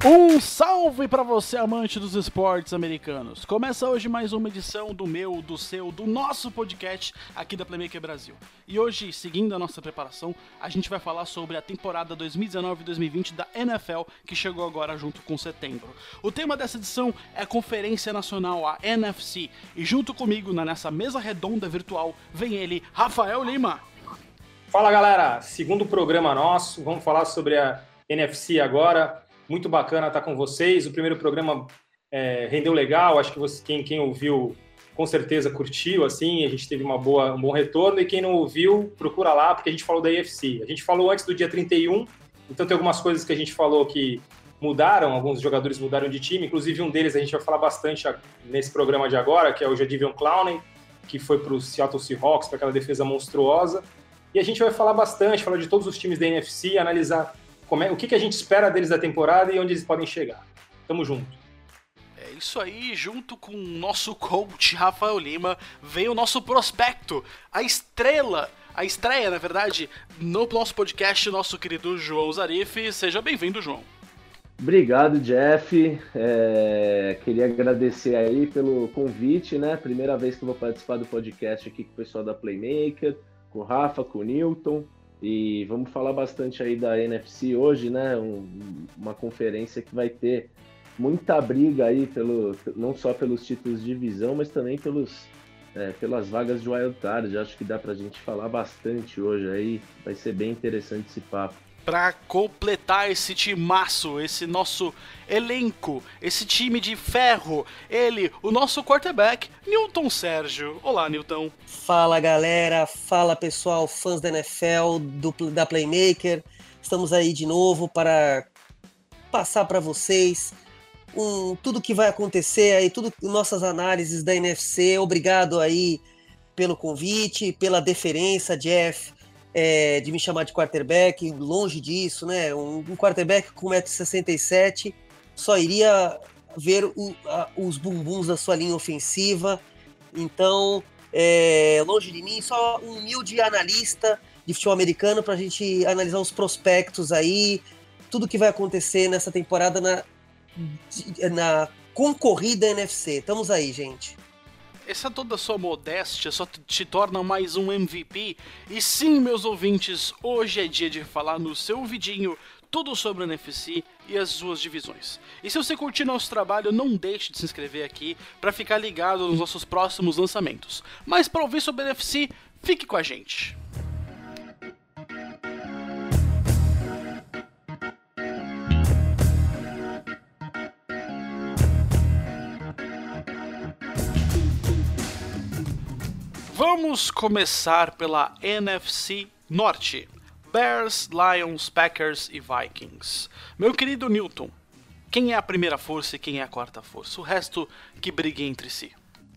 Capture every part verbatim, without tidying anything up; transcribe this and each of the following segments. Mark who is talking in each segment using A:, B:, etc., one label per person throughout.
A: Um salve para você, amante dos esportes americanos! Começa hoje mais uma edição do meu, do seu, do nosso podcast aqui da Playmaker Brasil. E hoje, seguindo a nossa preparação, a gente vai falar sobre a temporada dois mil e dezenove dois mil e vinte da N F L, que chegou agora junto com setembro. O tema dessa edição é a Conferência Nacional, a N F C, e junto comigo, nessa mesa redonda virtual, vem ele, Rafael Lima.
B: Fala, galera! Segundo programa nosso, vamos falar sobre a N F C agora. Muito bacana estar com vocês. O primeiro programa é, rendeu legal. Acho que você, quem, quem ouviu com certeza curtiu. Assim, a gente teve uma boa, um bom retorno. E quem não ouviu, procura lá, porque a gente falou da A F C. A gente falou antes do dia trinta e um, então tem algumas coisas que a gente falou que mudaram. Alguns jogadores mudaram de time. Inclusive, um deles a gente vai falar bastante nesse programa de agora, que é o Jadeveon Clowney, que foi para o Seattle Seahawks, para aquela defesa monstruosa. E a gente vai falar bastante, falar de todos os times da N F C, analisar Como é, o que, que a gente espera deles da temporada e onde eles podem chegar. Tamo junto.
A: É isso aí, junto com o nosso coach Rafael Lima, vem o nosso prospecto, a estrela, a estreia, na verdade, no nosso podcast, nosso querido João Zarif. Seja bem-vindo, João.
C: Obrigado, Jeff. É, queria agradecer aí pelo convite, né? Primeira vez que eu vou participar do podcast aqui com o pessoal da Playmaker, com o Rafa, com o Newton. E vamos falar bastante aí da N F C hoje, né? Um, uma conferência que vai ter muita briga aí, pelo, não só pelos títulos de divisão, mas também pelos, é, pelas vagas de wild card. Acho que dá pra gente falar bastante hoje aí. Vai ser bem interessante esse papo.
A: Para completar esse timaço, esse nosso elenco, esse time de ferro, ele, o nosso quarterback, Newton Sérgio. Olá, Newton.
D: Fala, galera. Fala, pessoal, fãs da N F L, do, da Playmaker. Estamos aí de novo para passar para vocês um, tudo que vai acontecer aí, tudo nossas análises da N F C. Obrigado aí pelo convite, pela deferência, Jeff. É, de me chamar de quarterback, longe disso, né? Um, um quarterback com um metro e sessenta e sete só iria ver o, a, os bumbuns da sua linha ofensiva. Então, é, longe de mim, só um humilde analista de futebol americano para a gente analisar os prospectos aí, tudo que vai acontecer nessa temporada na, na concorrida N F C. Estamos aí, gente.
A: Essa toda sua modéstia só te torna mais um M V P. E sim, meus ouvintes, hoje é dia de falar no seu ouvidinho tudo sobre a N F C e as suas divisões. E se você curtir nosso trabalho, não deixe de se inscrever aqui para ficar ligado nos nossos próximos lançamentos. Mas para ouvir sobre a N F C, fique com a gente. Vamos começar pela N F C Norte. Bears, Lions, Packers e Vikings. Meu querido Newton, quem é a primeira força e quem é a quarta força? O resto que brigue entre si.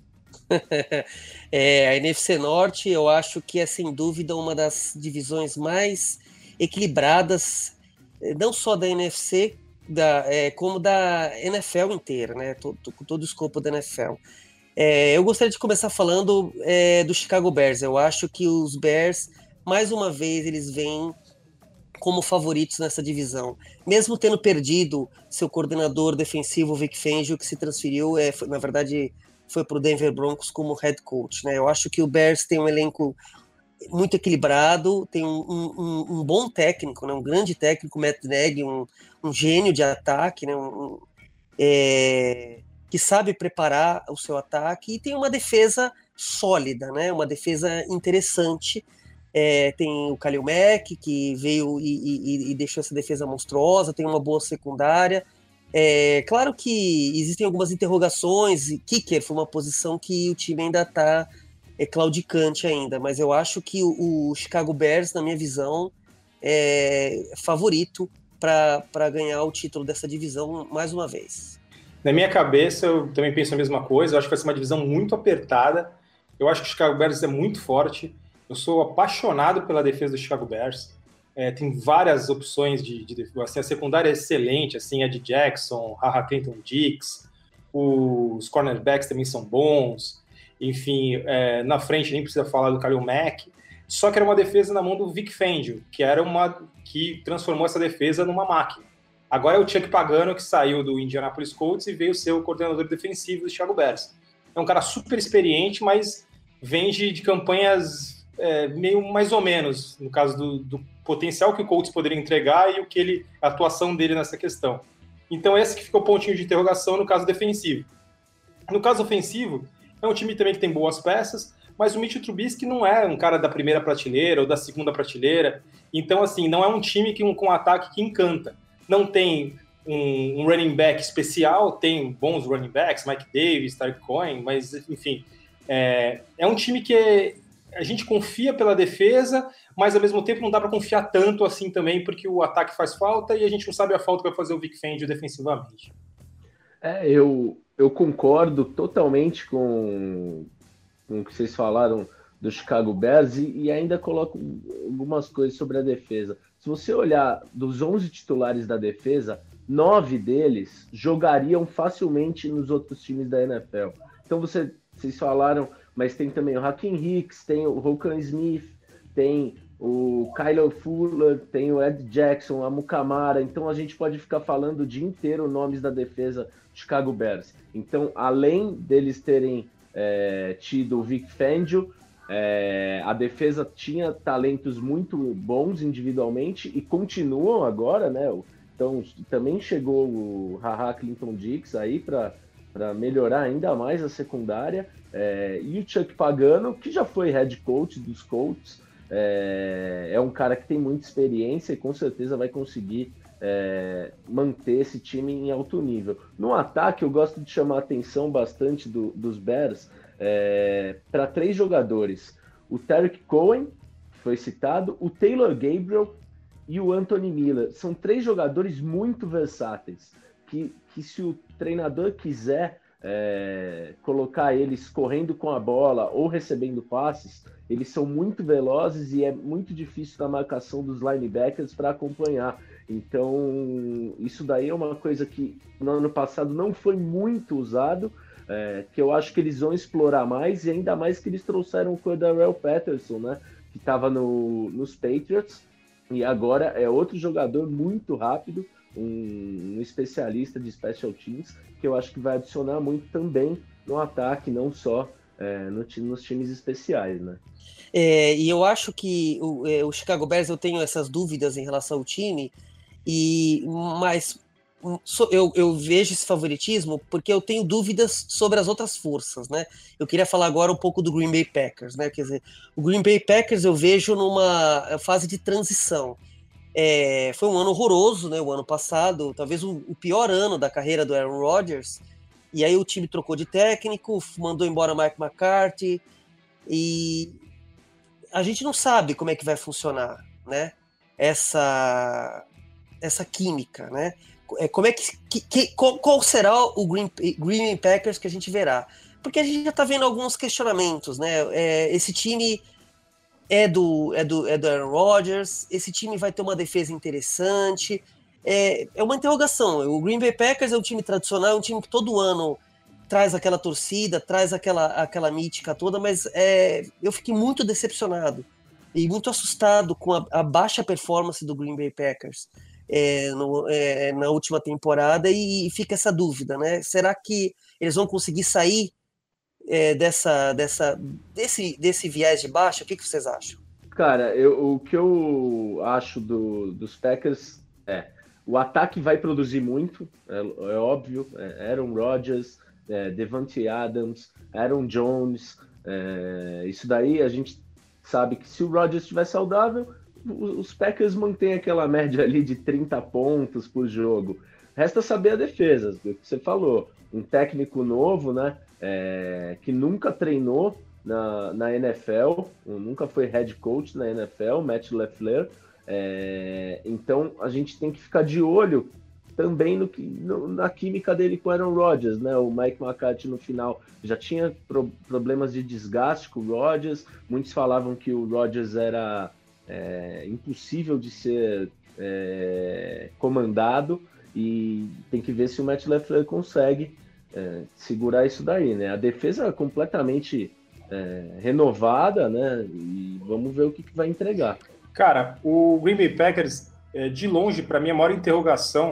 D: É, a N F C Norte, eu acho que é sem dúvida uma das divisões mais equilibradas, não só da N F C, da, é, como da N F L inteira, né? Todo, todo o escopo da N F L. É, eu gostaria de começar falando é, do Chicago Bears. Eu acho que os Bears, mais uma vez, eles vêm como favoritos nessa divisão. Mesmo tendo perdido seu coordenador defensivo, Vic Fangio, que se transferiu, é, foi, na verdade, foi para o Denver Broncos como head coach, né? Eu acho que o Bears tem um elenco muito equilibrado, tem um, um, um bom técnico, né? Um grande técnico, Matt Nagy, um, um gênio de ataque, né? Um, um, é... que sabe preparar o seu ataque e tem uma defesa sólida, né? Uma defesa interessante. É, tem o Khalil Mack, que veio e, e, e deixou essa defesa monstruosa, tem uma boa secundária. É, claro que existem algumas interrogações, e kicker foi uma posição que o time ainda está é, claudicante ainda, mas eu acho que o, o Chicago Bears, na minha visão, é favorito para ganhar o título dessa divisão mais uma vez.
B: Na minha cabeça, eu também penso a mesma coisa. Eu acho que vai ser uma divisão muito apertada. Eu acho que o Chicago Bears é muito forte. Eu sou apaixonado pela defesa do Chicago Bears. É, tem várias opções de, de assim, a secundária é excelente, assim, a de Jackson, Haha Clinton-Dix, os cornerbacks também são bons. Enfim, é, na frente nem precisa falar do Khalil Mack. Só que era uma defesa na mão do Vic Fangio, que era uma que transformou essa defesa numa máquina. Agora é o Chuck Pagano, que saiu do Indianapolis Colts e veio ser o coordenador defensivo do Chicago Bears. É um cara super experiente, mas vem de, de campanhas é, meio mais ou menos, no caso do, do potencial que o Colts poderia entregar e o que ele, a atuação dele nessa questão. Então esse que ficou o pontinho de interrogação no caso defensivo. No caso ofensivo, é um time também que tem boas peças, mas o Mitchell Trubisky não é um cara da primeira prateleira ou da segunda prateleira. Então, assim, não é um time que, com um ataque que encanta. Não tem um, um running back especial, tem bons running backs, Mike Davis, Tariq Cohen, mas, enfim, é, é um time que é, a gente confia pela defesa, mas, ao mesmo tempo, não dá para confiar tanto assim também, porque o ataque faz falta e a gente não sabe a falta que vai fazer o Vic Fangio defensivamente.
C: É, eu, eu concordo totalmente com, com o que vocês falaram do Chicago Bears e, e ainda coloco algumas coisas sobre a defesa. Se você olhar dos onze titulares da defesa, nove deles jogariam facilmente nos outros times da N F L. Então você, vocês falaram, mas tem também o Hakeem Hicks, tem o Roquan Smith, tem o Kyler Fuller, tem o Ed Jackson, a Mukamara. Então a gente pode ficar falando o dia inteiro nomes da defesa do Chicago Bears. Então, além deles terem é, tido o Vic Fangio, É, a defesa tinha talentos muito bons individualmente e continuam agora, né? Então também chegou o Haha Clinton Dix aí para melhorar ainda mais a secundária, é, e o Chuck Pagano, que já foi head coach dos Colts, é, é um cara que tem muita experiência e com certeza vai conseguir é, manter esse time em alto nível. No ataque, eu gosto de chamar a atenção bastante do, dos Bears, É, para três jogadores: o Tariq Cohen, que foi citado, o Taylor Gabriel e o Anthony Miller. São três jogadores muito versáteis, que, que se o treinador quiser é, colocar eles correndo com a bola ou recebendo passes, eles são muito velozes e é muito difícil na marcação dos linebackers para acompanhar. Então, isso daí é uma coisa que no ano passado não foi muito usado, É, que eu acho que eles vão explorar mais, e ainda mais que eles trouxeram o Cordarrelle Patterson, né, que estava no, nos Patriots, e agora é outro jogador muito rápido, um, um especialista de special teams, que eu acho que vai adicionar muito também no ataque, não só é, no, nos times especiais, né.
D: É, e eu acho que o, é, o Chicago Bears, eu tenho essas dúvidas em relação ao time, e mas Eu, eu vejo esse favoritismo porque eu tenho dúvidas sobre as outras forças, né? Eu queria falar agora um pouco do Green Bay Packers, né? Quer dizer, o Green Bay Packers eu vejo numa fase de transição. É, foi um ano horroroso, né? O ano passado, talvez o, o pior ano da carreira do Aaron Rodgers. E aí o time trocou de técnico, mandou embora Mike McCarthy, e a gente não sabe como é que vai funcionar, né? Essa, essa química, né? Como é que, que, qual, qual será o Green, Green Bay Packers que a gente verá? Porque a gente já está vendo alguns questionamentos, né? É, esse time é do, é, do, é do Aaron Rodgers, esse time vai ter uma defesa interessante, é, é uma interrogação. O Green Bay Packers é um time tradicional, é um time que todo ano traz aquela torcida, traz aquela, aquela mítica toda, mas é, eu fiquei muito decepcionado e muito assustado com a, a baixa performance do Green Bay Packers É, no, é, na última temporada, e fica essa dúvida, né? Será que eles vão conseguir sair é, dessa, dessa, desse, desse viés de baixa? O que, que vocês acham?
C: Cara, eu, o que eu acho do, dos Packers é o ataque vai produzir muito, é, é óbvio, é Aaron Rodgers, é, Devante Adams, Aaron Jones, é, isso daí a gente sabe que se o Rodgers estiver saudável, os Packers mantêm aquela média ali de trinta pontos por jogo. Resta saber a defesa, o que você falou. Um técnico novo, né, é, que nunca treinou na, na N F L, nunca foi head coach na N F L, Matt LaFleur. É, então a gente tem que ficar de olho também no, no, na química dele com o Aaron Rodgers, né? O Mike McCarthy no final já tinha pro, problemas de desgaste com o Rodgers. Muitos falavam que o Rodgers era É, impossível de ser é, comandado, e tem que ver se o Matt LaFleur consegue é, segurar isso daí, né? A defesa é completamente é, renovada, né? E vamos ver o que, que vai entregar.
B: Cara, o Green Bay Packers, de longe, para mim, a maior interrogação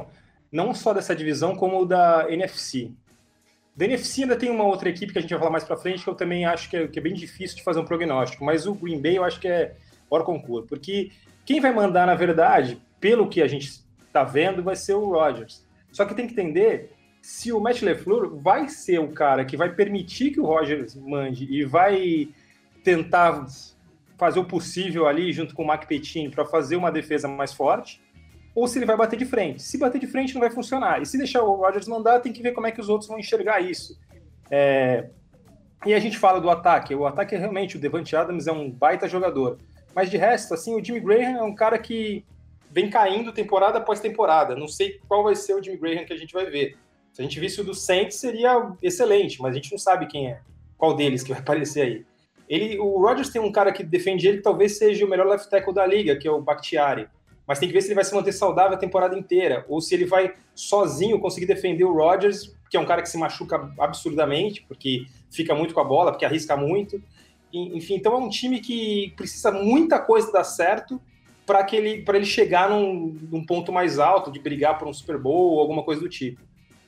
B: não só dessa divisão, como da N F C. Da N F C ainda tem uma outra equipe que a gente vai falar mais para frente, que eu também acho que é, que é bem difícil de fazer um prognóstico, mas o Green Bay eu acho que é hors concurso, porque quem vai mandar, na verdade, pelo que a gente está vendo, vai ser o Rodgers. Só que tem que entender se o Matt LaFleur vai ser o cara que vai permitir que o Rodgers mande e vai tentar fazer o possível ali, junto com o Mac Pettine, para fazer uma defesa mais forte, ou se ele vai bater de frente. Se bater de frente, não vai funcionar. E se deixar o Rodgers mandar, tem que ver como é que os outros vão enxergar isso. É... E a gente fala do ataque. O ataque é realmente, o Devante Adams é um baita jogador. Mas de resto, assim, o Jimmy Graham é um cara que vem caindo temporada após temporada. Não sei qual vai ser o Jimmy Graham que a gente vai ver. Se a gente visse o do Saints, seria excelente, mas a gente não sabe quem é, qual deles que vai aparecer aí. Ele, o Rodgers tem um cara que defende ele que talvez seja o melhor left tackle da liga, que é o Bakhtiari. Mas tem que ver se ele vai se manter saudável a temporada inteira, ou se ele vai sozinho conseguir defender o Rodgers, que é um cara que se machuca absurdamente, porque fica muito com a bola, porque arrisca muito. E, enfim, então é um time que precisa muita coisa dar certo para que ele, para ele chegar num, num ponto mais alto, de brigar por um Super Bowl ou alguma coisa do tipo.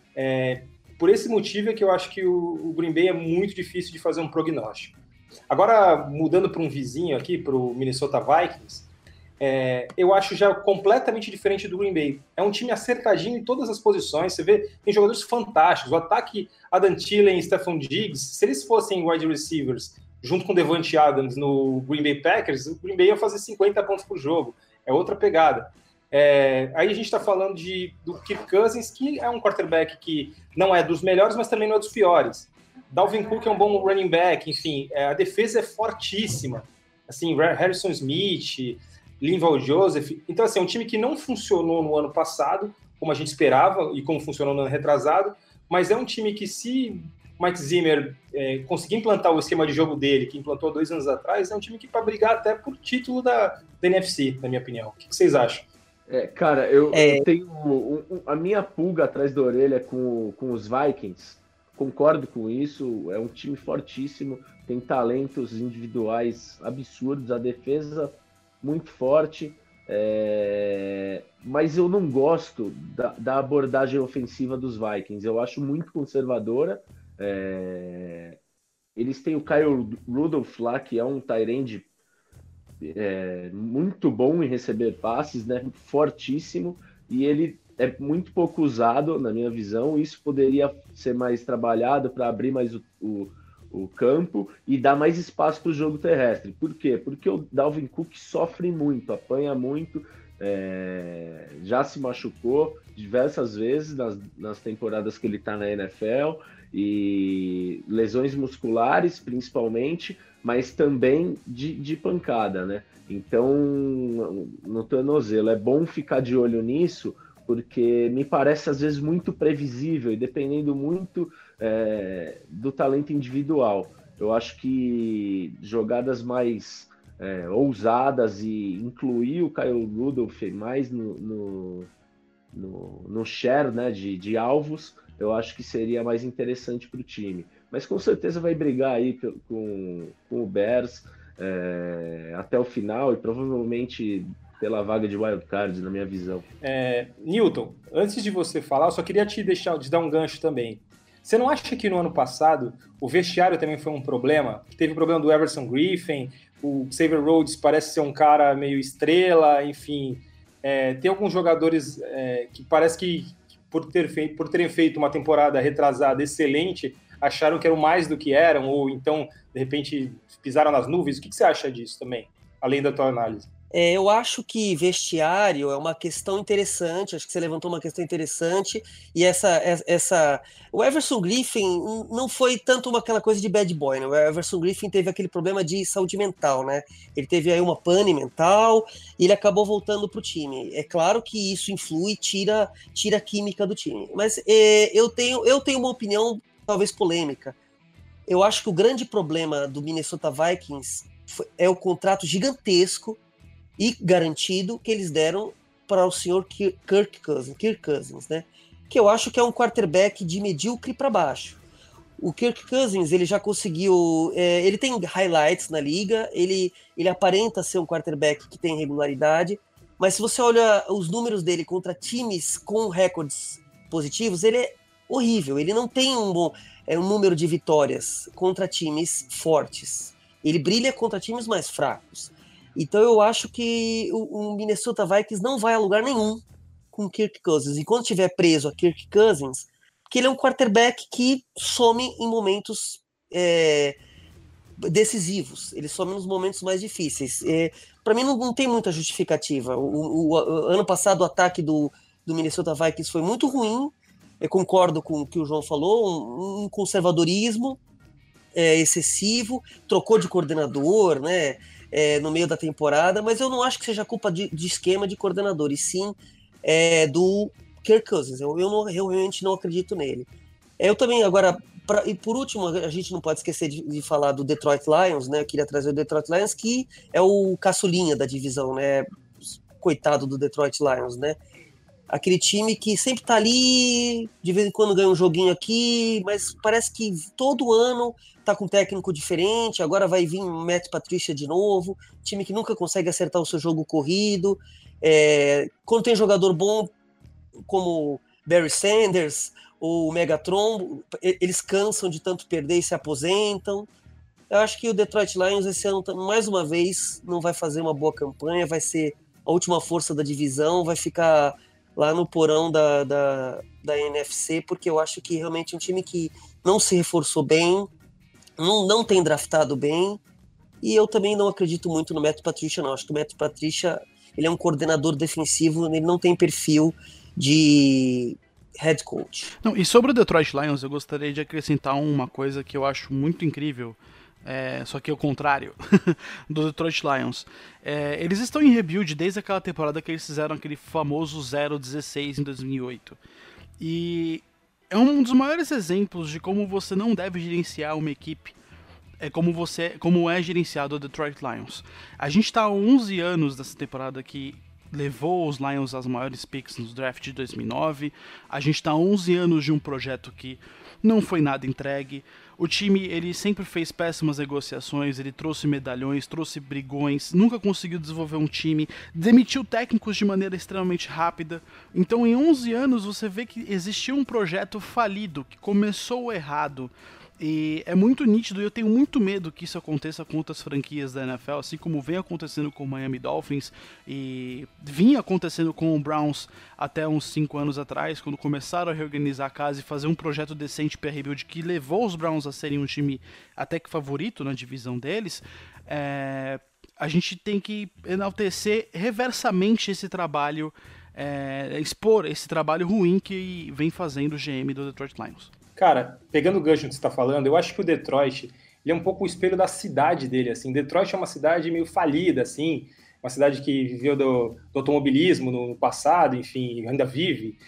B: É, por esse motivo é que eu acho que o, o Green Bay é muito difícil de fazer um prognóstico. Agora, mudando para um vizinho aqui, para o Minnesota Vikings, É, eu acho já completamente diferente do Green Bay. É um time acertadinho em todas as posições. Você vê, tem jogadores fantásticos. O ataque, Adam Thielen e Stephon Diggs, se eles fossem wide receivers junto com o Devante Adams no Green Bay Packers, o Green Bay ia fazer cinquenta pontos por jogo. É outra pegada. É, aí a gente está falando de, do Kirk Cousins, que é um quarterback que não é dos melhores, mas também não é dos piores. Dalvin Cook é um bom running back. Enfim, é, a defesa é fortíssima. Assim, Harrison Smith, Linval Joseph. Então, assim, é um time que não funcionou no ano passado, como a gente esperava, e como funcionou no ano retrasado, mas é um time que, se Mike Zimmer é, conseguir implantar o esquema de jogo dele, que implantou dois anos atrás, é um time que para brigar até por título da, da N F C, na minha opinião. O que, que vocês acham?
C: É, cara, eu,
D: É...
C: eu tenho um, um, a minha pulga atrás da orelha com, com os Vikings. Concordo com isso, é um time fortíssimo, tem talentos individuais absurdos, a defesa muito forte, é... mas eu não gosto da, da abordagem ofensiva dos Vikings. Eu acho muito conservadora. É... Eles têm o Kyle Rudolph lá, que é um tight end é, muito bom em receber passes, né? Fortíssimo, e ele é muito pouco usado, na minha visão. Isso poderia ser mais trabalhado para abrir mais o, o o campo e dar mais espaço para o jogo terrestre. Por quê? Porque o Dalvin Cook sofre muito, apanha muito, é... já se machucou diversas vezes nas, nas temporadas que ele está na N F L, e lesões musculares principalmente, mas também de, de pancada, né? Então, no tornozelo, é bom ficar de olho nisso, porque me parece às vezes muito previsível e dependendo muito é, do talento individual. Eu acho que jogadas mais é, ousadas e incluir o Kyle Rudolph mais no, no, no, no share, né, de, de alvos, eu acho que seria mais interessante para o time. Mas com certeza vai brigar aí com, com o Bears é, até o final e provavelmente pela vaga de wildcard, na minha visão.
B: É, Newton, antes de você falar, eu só queria te deixar, te dar um gancho também. Você não acha que no ano passado o vestiário também foi um problema? Teve o problema do Everson Griffin, o Xavier Rhodes parece ser um cara meio estrela, enfim. É, tem alguns jogadores é, que parece que, que por, ter feito, por terem feito uma temporada retrasada excelente, acharam que eram mais do que eram, ou então, de repente, pisaram nas nuvens. O que, que você acha disso também, além da tua análise?
D: É, eu acho que vestiário é uma questão interessante, acho que você levantou uma questão interessante, e essa, essa o Everson Griffin não foi tanto uma, aquela coisa de bad boy, né? O Everson Griffin teve aquele problema de saúde mental, né? Ele teve aí uma pane mental e ele acabou voltando para o time. É claro que isso influi, tira, tira a química do time, mas é, eu, tenho, eu tenho uma opinião talvez polêmica. Eu acho que o grande problema do Minnesota Vikings foi, é o contrato gigantesco e garantido que eles deram para o senhor Kirk Cousins, Kirk Cousins, né? Que eu acho que é um quarterback de medíocre para baixo. O Kirk Cousins, ele já conseguiu... É, ele tem highlights na liga, ele, ele aparenta ser um quarterback que tem regularidade, mas se você olha os números dele contra times com recordes positivos, ele é horrível. Ele não tem um bom é, um número de vitórias contra times fortes. Ele brilha contra times mais fracos. Então eu acho que o, o Minnesota Vikings não vai a lugar nenhum com Kirk Cousins. E quando estiver preso a Kirk Cousins, porque ele é um quarterback que some em momentos é, decisivos. Ele some nos momentos mais difíceis. É, para mim não, não tem muita justificativa. O, o, o ano passado o ataque do, do Minnesota Vikings foi muito ruim. Eu concordo com o que o João falou, um, um conservadorismo é, excessivo, trocou de coordenador, né, é, no meio da temporada, mas eu não acho que seja culpa de, de esquema de coordenador, e sim é, do Kirk Cousins. Eu, eu, não, eu realmente não acredito nele. Eu também, agora, pra, e por último, a gente não pode esquecer de, de falar do Detroit Lions, né, eu queria trazer o Detroit Lions, que é o caçulinha da divisão, né, coitado do Detroit Lions, né, aquele time que sempre tá ali, de vez em quando ganha um joguinho aqui, mas parece que todo ano tá com um técnico diferente, agora vai vir Matt Patricia de novo, time que nunca consegue acertar o seu jogo corrido, é, quando tem jogador bom, como Barry Sanders ou Megatron, eles cansam de tanto perder e se aposentam. Eu acho que o Detroit Lions esse ano, mais uma vez, não vai fazer uma boa campanha, vai ser a última força da divisão, vai ficar lá no porão da, da, da N F C, porque eu acho que realmente é um time que não se reforçou bem, não, não tem draftado bem, e eu também não acredito muito no Matt Patricia, não. Acho que o Matt Patricia, ele é um coordenador defensivo, ele não tem perfil de head coach.
A: Não, e sobre o Detroit Lions, eu gostaria de acrescentar uma coisa que eu acho muito incrível, É, só que é o contrário do Detroit Lions. É, eles estão em rebuild desde aquela temporada que eles fizeram aquele famoso zero dezesseis em dois mil e oito. E é um dos maiores exemplos de como você não deve gerenciar uma equipe, é como, você, como é gerenciado o Detroit Lions. A gente está há onze anos dessa temporada que levou os Lions às maiores picks no draft de dois mil e nove. A gente está há onze anos de um projeto que não foi nada entregue. O time, ele sempre fez péssimas negociações, ele trouxe medalhões, trouxe brigões, nunca conseguiu desenvolver um time, demitiu técnicos de maneira extremamente rápida. Então, em onze anos, você vê que existiu um projeto falido, que começou errado. E é muito nítido, e eu tenho muito medo que isso aconteça com outras franquias da N F L, assim como vem acontecendo com o Miami Dolphins e vinha acontecendo com o Browns até uns cinco anos atrás, quando começaram a reorganizar a casa e fazer um projeto decente para rebuild que levou os Browns a serem um time até que favorito na divisão deles. É, a gente tem que enaltecer reversamente esse trabalho, é, expor esse trabalho ruim que vem fazendo o G M do Detroit Lions.
B: Cara, pegando o gancho que você está falando, eu acho que o Detroit ele é um pouco o espelho da cidade dele. Assim. Detroit é uma cidade meio falida, assim, uma cidade que viveu do, do automobilismo no passado, enfim, ainda vive,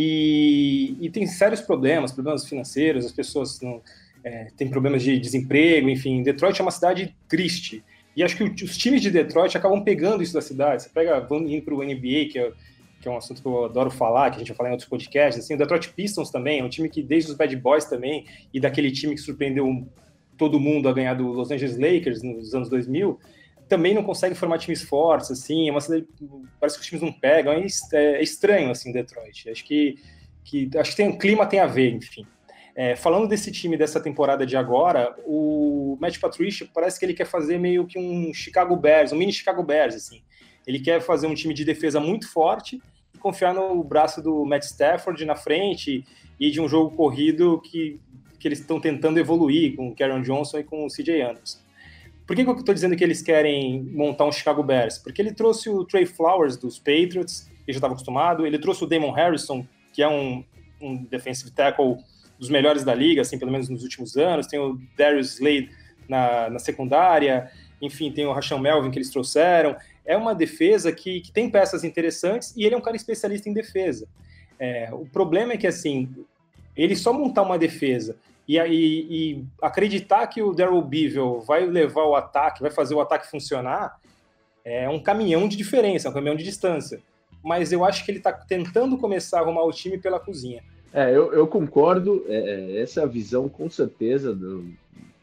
B: e, e tem sérios problemas, problemas financeiros, as pessoas não, é, têm problemas de desemprego, enfim. Detroit é uma cidade triste, e acho que os times de Detroit acabam pegando isso da cidade. Você pega, vamos indo para o N B A, que é que é um assunto que eu adoro falar, que a gente vai falar em outros podcasts, assim, o Detroit Pistons também, é um time que desde os Bad Boys também, e daquele time que surpreendeu todo mundo a ganhar do Los Angeles Lakers nos anos dois mil, também não consegue formar times fortes, assim, é uma cidade, parece que os times não pegam, é, é estranho, assim, Detroit, acho que, que, acho que tem, o clima tem a ver, enfim. É, falando desse time dessa temporada de agora, o Matt Patricia parece que ele quer fazer meio que um Chicago Bears, um mini Chicago Bears, assim. Ele quer fazer um time de defesa muito forte e confiar no braço do Matt Stafford na frente e de um jogo corrido que, que eles estão tentando evoluir com o Kerryon Johnson e com o C J Anderson. Por que, que eu estou dizendo que eles querem montar um Chicago Bears? Porque ele trouxe o Trey Flowers dos Patriots, que já estava acostumado, ele trouxe o Damon Harrison, que é um, um defensive tackle dos melhores da liga, assim, pelo menos nos últimos anos, tem o Darius Slade na, na secundária, enfim, tem o Rashawn Melvin que eles trouxeram. É uma defesa que, que tem peças interessantes e ele é um cara especialista em defesa. É, o problema é que, assim, ele só montar uma defesa e, e, e acreditar que o Darrell Bevell vai levar o ataque, vai fazer o ataque funcionar, é um caminhão de diferença, é um caminhão de distância. Mas eu acho que ele está tentando começar a arrumar o time pela cozinha.
C: É, eu, eu concordo, é, essa é a visão, com certeza, do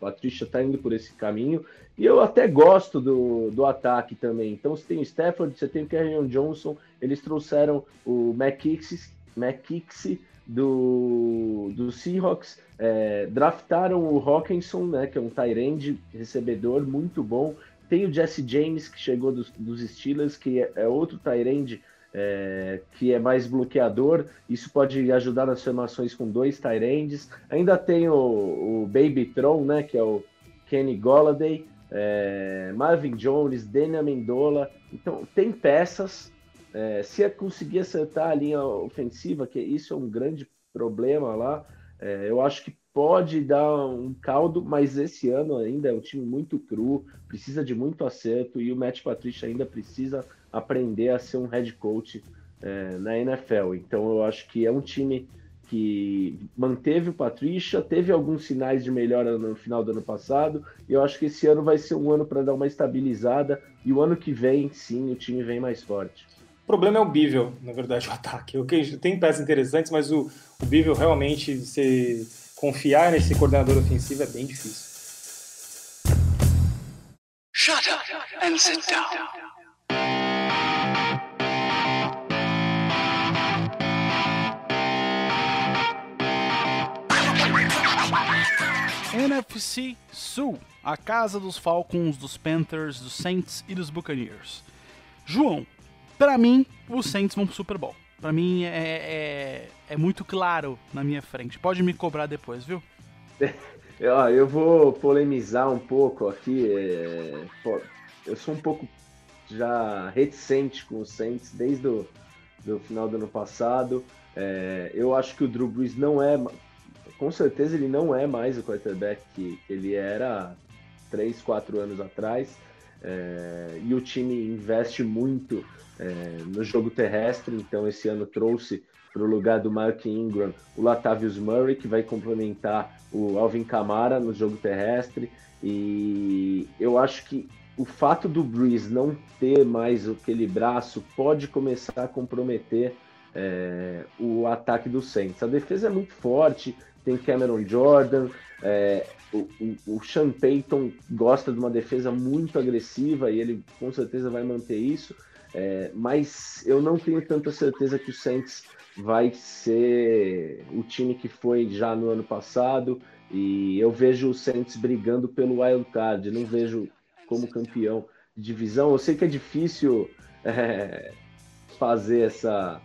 C: Patricia está indo por esse caminho, e eu até gosto do, do ataque também. Então você tem o Stafford, você tem o Kerryon Johnson, eles trouxeram o McKixic do, do Seahawks, é, draftaram o Hawkinson, né, que é um tight end recebedor muito bom. Tem o Jesse James, que chegou dos, dos Steelers, que é, é outro tight end é, que é mais bloqueador. Isso pode ajudar nas formações com dois tight ends. Ainda tem o, o Baby Tron, né, que é o Kenny Golladay, é, Marvin Jones, Daniel Amendola. Então, tem peças. É, se conseguir acertar a linha ofensiva, que isso é um grande problema lá, é, eu acho que pode dar um caldo, mas esse ano ainda é um time muito cru, precisa de muito acerto, e o Matt Patricia ainda precisa aprender a ser um head coach é, na N F L. Então eu acho que é um time que manteve o Patricia, teve alguns sinais de melhora no final do ano passado, e eu acho que esse ano vai ser um ano para dar uma estabilizada, e o ano que vem, sim, o time vem mais forte.
B: O problema é o Bivell, na verdade, o ataque. Okay, tem peças interessantes, mas o, o Bivell realmente, você confiar nesse coordenador ofensivo é bem difícil.
E: Shut up and sit down.
A: N F C Sul, a casa dos Falcons, dos Panthers, dos Saints e dos Buccaneers. João, pra mim, os Saints vão pro Super Bowl. Pra mim é, é, é muito claro na minha frente. Pode me cobrar depois, viu?
C: Eu vou polemizar um pouco aqui. É... Eu sou um pouco já reticente com os Saints desde o do final do ano passado. É... Eu acho que o Drew Brees não é... Com certeza ele não é mais o quarterback que ele era três, quatro anos atrás. É... E o time investe muito É, no jogo terrestre, então esse ano trouxe para o lugar do Mark Ingram o Latavius Murray, que vai complementar o Alvin Kamara no jogo terrestre, e eu acho que o fato do Brees não ter mais aquele braço pode começar a comprometer é, o ataque do Saints. A defesa é muito forte, tem Cameron Jordan, é, o, o, o Sean Payton gosta de uma defesa muito agressiva e ele com certeza vai manter isso. É, mas eu não tenho tanta certeza que o Saints vai ser o time que foi já no ano passado, e eu vejo o Saints brigando pelo wild card, não vejo como campeão de divisão. Eu sei que é difícil é, fazer essa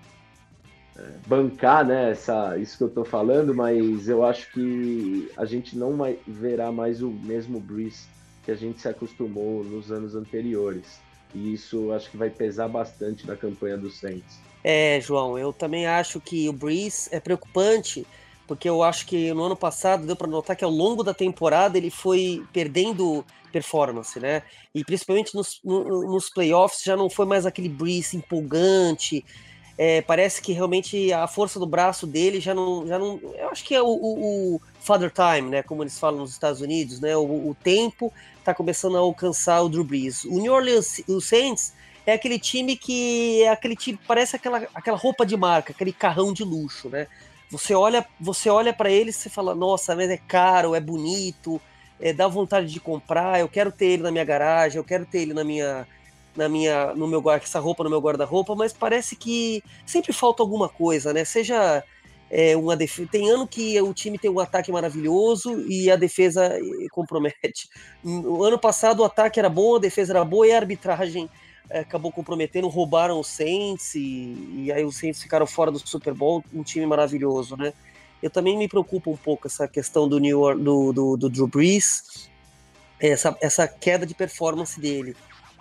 C: é, bancar, né, essa, isso que eu tô falando, mas eu acho que a gente não vai, verá mais o mesmo Brees que a gente se acostumou nos anos anteriores. E isso acho que vai pesar bastante na campanha do Saints.
D: É, João, eu também acho que o Brees é preocupante, porque eu acho que no ano passado deu para notar que ao longo da temporada ele foi perdendo performance, né? E principalmente nos, no, nos playoffs já não foi mais aquele Brees empolgante. É, parece que realmente a força do braço dele já não... Já não eu acho que é o, o, o father time, né? Como eles falam nos Estados Unidos, né? O, o tempo está começando a alcançar o Drew Brees. O New Orleans o Saints é aquele time que é aquele time, parece aquela, aquela roupa de marca, aquele carrão de luxo, né? Você olha, você olha para ele e você fala, nossa, mas é caro, é bonito, é, dá vontade de comprar, eu quero ter ele na minha garagem, eu quero ter ele na minha, na minha, no meu guarda, essa roupa no meu guarda-roupa, mas parece que sempre falta alguma coisa, né? Seja é, uma defesa, tem ano que o time tem um ataque maravilhoso e a defesa compromete. No ano passado o ataque era bom, a defesa era boa e a arbitragem é, acabou comprometendo, roubaram o Saints e, e aí os Saints ficaram fora do Super Bowl, um time maravilhoso, né? Eu também me preocupo um pouco essa questão do New York, do, do, do Drew Brees, essa, essa queda de performance dele.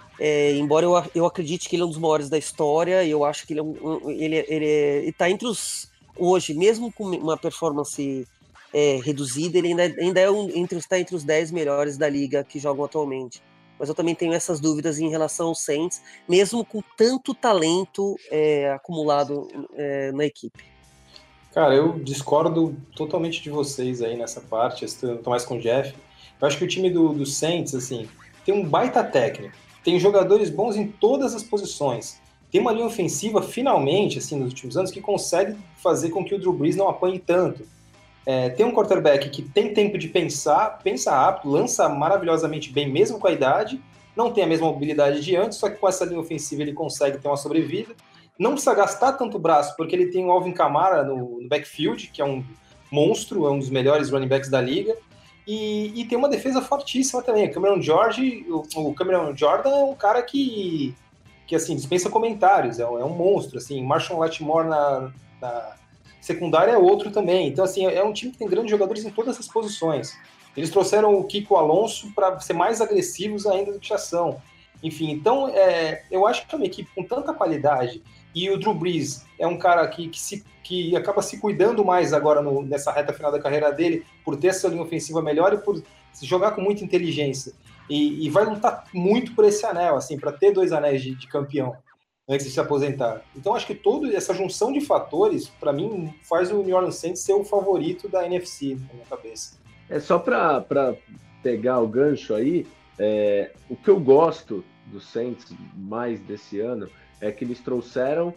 D: É, embora eu, eu acredite que ele é um dos maiores da história, eu acho que ele é um, um, ele, ele, é, ele tá entre os hoje, mesmo com uma performance é, reduzida, ele ainda, ainda é um, entre, está entre os dez melhores da liga que jogam atualmente. Mas eu também tenho essas dúvidas em relação ao Saints, mesmo com tanto talento é, acumulado é, na equipe.
B: Cara, eu discordo totalmente de vocês aí nessa parte, estou mais com o Jeff. Eu acho que o time do, do Saints, assim, tem um baita técnico, tem jogadores bons em todas as posições. Tem uma linha ofensiva, finalmente, assim, nos últimos anos, que consegue fazer com que o Drew Brees não apanhe tanto. é, tem um quarterback que tem tempo de pensar, pensa rápido, lança maravilhosamente bem, mesmo com a idade, não tem a mesma mobilidade de antes, só que com essa linha ofensiva ele consegue ter uma sobrevida. Não precisa gastar tanto braço, porque ele tem o Alvin Kamara no, no backfield, que é um monstro, é um dos melhores running backs da liga, e, e tem uma defesa fortíssima também. O Cameron George, o, o Cameron Jordan é um cara que, que assim, dispensa comentários, é um, é um monstro, assim, Marshall Lattimore na, na secundária é outro também. Então, assim, é um time que tem grandes jogadores em todas essas posições. Eles trouxeram o Kiko Alonso para ser mais agressivos ainda do que já são. Enfim, então, é, eu acho que é uma equipe com tanta qualidade, e o Drew Brees é um cara que, que, se, que acaba se cuidando mais agora no, nessa reta final da carreira dele, por ter essa linha ofensiva melhor e por jogar com muita inteligência. E, e vai lutar muito por esse anel, assim, para ter dois anéis de, de campeão antes de se aposentar. Então, acho que toda essa junção de fatores, para mim, faz o New Orleans Saints ser o favorito da N F C, na minha cabeça.
C: É só para pegar o gancho aí, é, o que eu gosto do Saints mais desse ano é que eles trouxeram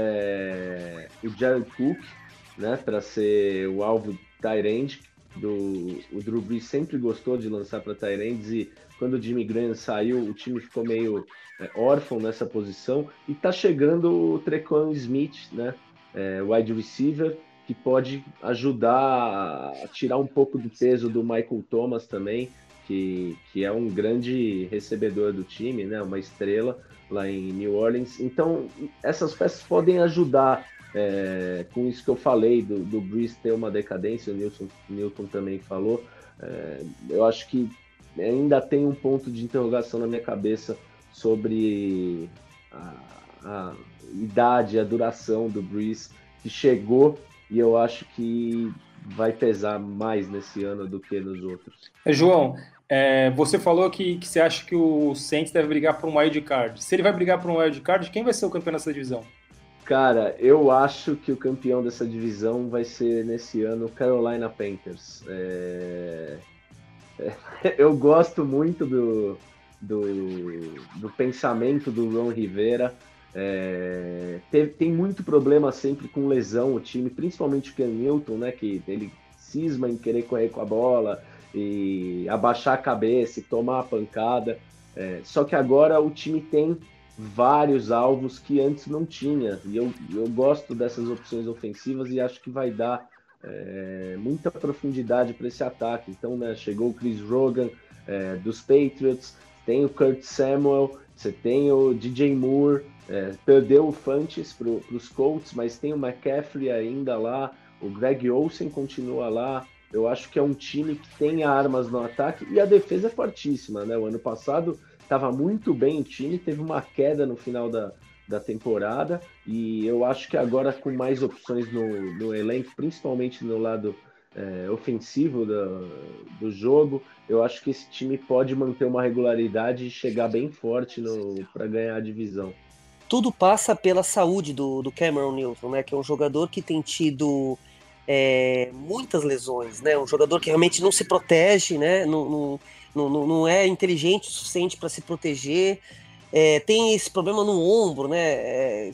C: é, o Jared Cook, né, para ser o alvo tight end. Do, o Drew Brees sempre gostou de lançar para tight ends, e quando o Jimmy Graham saiu, o time ficou meio é, órfão nessa posição, e tá chegando o Tre'Quan Smith, né, é, wide receiver, que pode ajudar a tirar um pouco do peso do Michael Thomas também, que, que é um grande recebedor do time, né, uma estrela lá em New Orleans. Então, essas peças podem ajudar é, com isso que eu falei, do, do Brees ter uma decadência, o Nilson, Newton também falou. É, eu acho que ainda tem um ponto de interrogação na minha cabeça sobre a, a idade, a duração do Brees, que chegou, e eu acho que vai pesar mais nesse ano do que nos outros.
B: É, João, é, você falou que, que você acha que o Saints deve brigar por um wild card. Se ele vai brigar por um wild card, quem vai ser o campeão dessa divisão?
C: Cara, eu acho que o campeão dessa divisão vai ser, nesse ano, o Carolina Panthers. É... É... Eu gosto muito do, do, do pensamento do Ron Rivera. É... Tem, tem muito problema sempre com lesão o time, principalmente o Ken Newton, né, que ele cisma em querer correr com a bola e abaixar a cabeça e tomar a pancada. É... Só que agora o time tem vários alvos que antes não tinha, e eu, eu gosto dessas opções ofensivas e acho que vai dar é, muita profundidade para esse ataque. Então, né, chegou o Chris Rogan é, dos Patriots, tem o Kurt Samuel, você tem o D J Moore, é, perdeu o Funches para os Colts, mas tem o McCaffrey ainda lá, o Greg Olsen continua lá. Eu acho que é um time que tem armas no ataque, e a defesa é fortíssima, né? O ano passado estava muito bem o time, teve uma queda no final da, da temporada, e eu acho que agora, com mais opções no, no elenco, principalmente no lado é, ofensivo do, do jogo, eu acho que esse time pode manter uma regularidade e chegar bem forte para ganhar a divisão.
D: Tudo passa pela saúde do, do Cameron Newton, né, que é um jogador que tem tido é, muitas lesões, né, um jogador que realmente não se protege, né, não, não, não, não é inteligente o suficiente para se proteger, é, tem esse problema no ombro, né, é,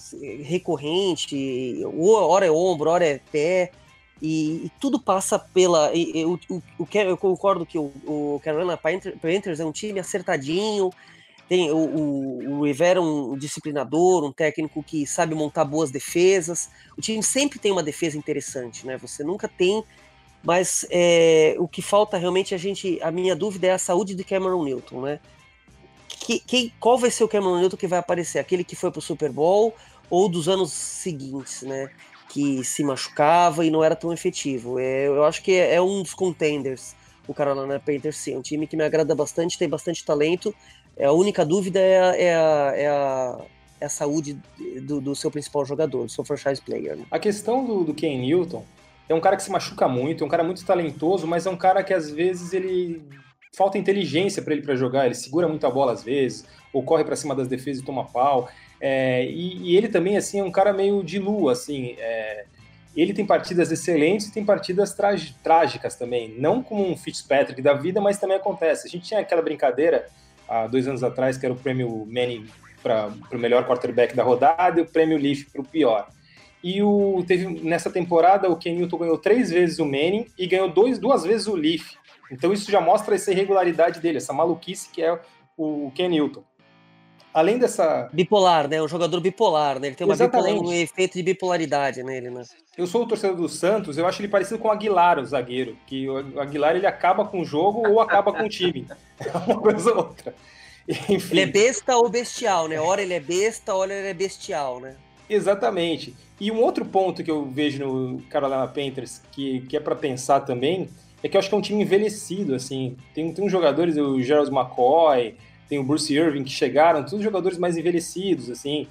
D: recorrente, hora é ombro, hora é pé, e, e tudo passa pela... E, e, o, o, o, eu concordo que o, o Carolina Panthers é um time acertadinho, tem o, o, o Rivera, um disciplinador, um técnico que sabe montar boas defesas. O time sempre tem uma defesa interessante, né? Você nunca tem, mas é, o que falta realmente a gente, a minha dúvida é a saúde de Cameron Newton, né? Que, que, qual vai ser o Cameron Newton que vai aparecer? Aquele que foi pro Super Bowl ou dos anos seguintes, né? Que se machucava e não era tão efetivo. É, eu acho que é, é um dos contenders, o Carolina Panthers, sim. É um time que me agrada bastante, tem bastante talento. A única dúvida é a, é a, é a, é a saúde do, do seu principal jogador, do seu franchise player. Né?
B: A questão do, do Ken Newton é um cara que se machuca muito, é um cara muito talentoso, mas é um cara que às vezes ele falta inteligência para ele para jogar, ele segura muito a bola às vezes, ou corre para cima das defesas e toma pau. É, e, e ele também assim, é um cara meio de lua, assim, é, ele tem partidas excelentes e tem partidas trágicas também, não como um Fitzpatrick da vida, mas também acontece. A gente tinha aquela brincadeira há dois anos atrás, que era o prêmio Manning para o melhor quarterback da rodada e o prêmio Leaf para o pior. E o, teve, nessa temporada, o Ken Newton ganhou três vezes o Manning e ganhou dois, duas vezes o Leaf. Então isso já mostra essa irregularidade dele, essa maluquice que é o Ken Newton. Além dessa...
D: Bipolar, né? Um jogador bipolar, né? Ele tem uma bipolar,
B: Exatamente.
D: um efeito de bipolaridade nele, né?
B: Eu sou o torcedor do Santos, eu acho ele parecido com o Aguilar, o zagueiro. Que o Aguilar, ele acaba com o jogo ou acaba com o time. É uma coisa ou outra. Enfim.
D: Ele é besta ou bestial, né? Ora ele é besta, ora ele é bestial, né?
B: Exatamente. E um outro ponto que eu vejo no Carolina Panthers, que, que é para pensar também, é que eu acho que é um time envelhecido, assim. Tem, tem uns jogadores, o Gerald McCoy, tem o Bruce Irving, que chegaram, todos jogadores mais envelhecidos, assim.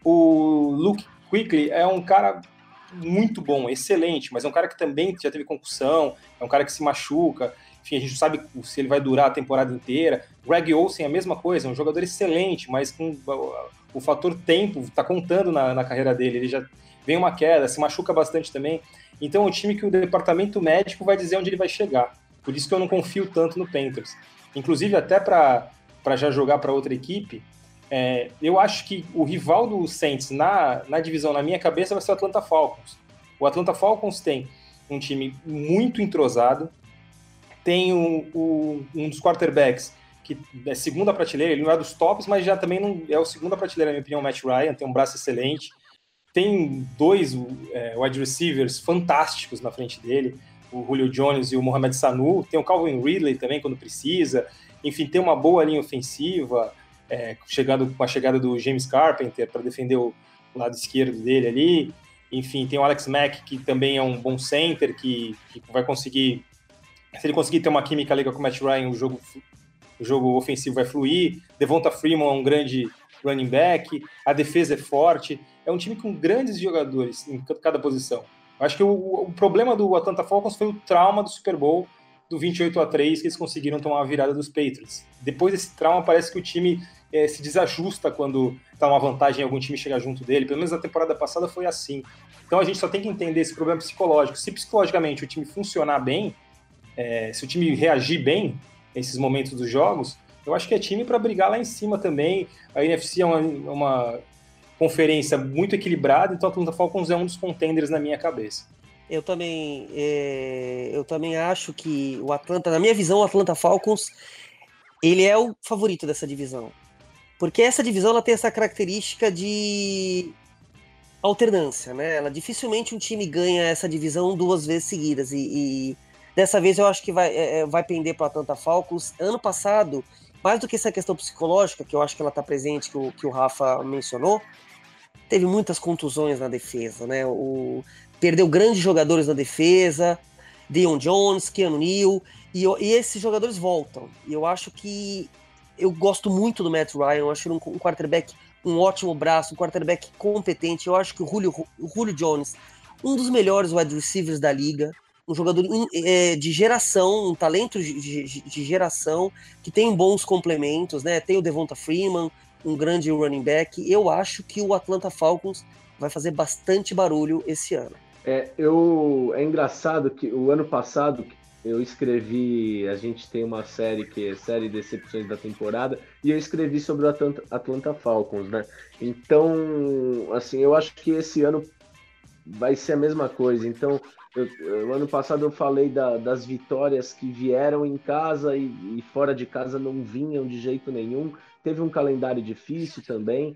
B: O Luke Kuechly é um cara muito bom, excelente, mas é um cara que também já teve concussão, é um cara que se machuca, enfim, a gente não sabe se ele vai durar a temporada inteira. Greg Olsen é a mesma coisa, é um jogador excelente, mas com o fator tempo está contando na, na carreira dele, ele já vem uma queda, se machuca bastante também. Então é um time que o departamento médico vai dizer onde ele vai chegar. Por isso que eu não confio tanto no Panthers. Inclusive, até para já jogar para outra equipe, é, eu acho que o rival do Saints na, na divisão, na minha cabeça, vai ser o Atlanta Falcons. O Atlanta Falcons tem um time muito entrosado, tem um, um, um dos quarterbacks que é segunda prateleira, ele não é dos tops, mas já também não é o segunda prateleira, na minha opinião, o Matt Ryan, tem um braço excelente, tem dois é, wide receivers fantásticos na frente dele, o Julio Jones e o Mohamed Sanu, tem o Calvin Ridley também quando precisa, enfim, tem uma boa linha ofensiva, é, chegando, com a chegada do James Carpenter para defender o lado esquerdo dele ali, enfim, tem o Alex Mack, que também é um bom center, que, que vai conseguir, se ele conseguir ter uma química legal com o Matt Ryan, o jogo, o jogo ofensivo vai fluir, Devonta Freeman é um grande running back, a defesa é forte, é um time com grandes jogadores em cada posição. Eu acho que o, o problema do Atlanta Falcons foi o trauma do Super Bowl do vinte e oito a três, que eles conseguiram tomar a virada dos Patriots. Depois desse trauma, parece que o time é, se desajusta quando está uma vantagem e algum time chega junto dele. Pelo menos na temporada passada foi assim. Então a gente só tem que entender esse problema psicológico. Se psicologicamente o time funcionar bem, é, se o time reagir bem nesses momentos dos jogos, eu acho que é time para brigar lá em cima também. A N F C é uma, uma conferência muito equilibrada, então a Atlanta Falcons é um dos contenders na minha cabeça.
D: Eu também, é, eu também acho que o Atlanta, na minha visão, o Atlanta Falcons, ele é o favorito dessa divisão. Porque essa divisão ela tem essa característica de alternância, né? Ela, dificilmente um time ganha essa divisão duas vezes seguidas. E, e dessa vez eu acho que vai, é, vai pender para o Atlanta Falcons. Ano passado, mais do que essa questão psicológica, que eu acho que ela está presente, que o, que o Rafa mencionou, teve muitas contusões na defesa, né? O, perdeu grandes jogadores na defesa, Deion Jones, Keanu Neal, e, e esses jogadores voltam. E eu acho que eu gosto muito do Matt Ryan, eu acho ele um, um quarterback, um ótimo braço, um quarterback competente. Eu acho que o Julio, o Julio Jones, um dos melhores wide receivers da liga, um jogador é, de geração, um talento de, de, de geração, que tem bons complementos, né? Tem o Devonta Freeman, um grande running back. Eu acho que o Atlanta Falcons vai fazer bastante barulho esse ano.
C: É, eu, é engraçado que o ano passado eu escrevi, a gente tem uma série que é série Decepções da temporada, e eu escrevi sobre o Atlanta, Atlanta Falcons, né? Então, assim, eu acho que esse ano vai ser a mesma coisa. Então, eu, eu, ano passado eu falei da, das vitórias que vieram em casa e, e fora de casa não vinham de jeito nenhum. Teve um calendário difícil também.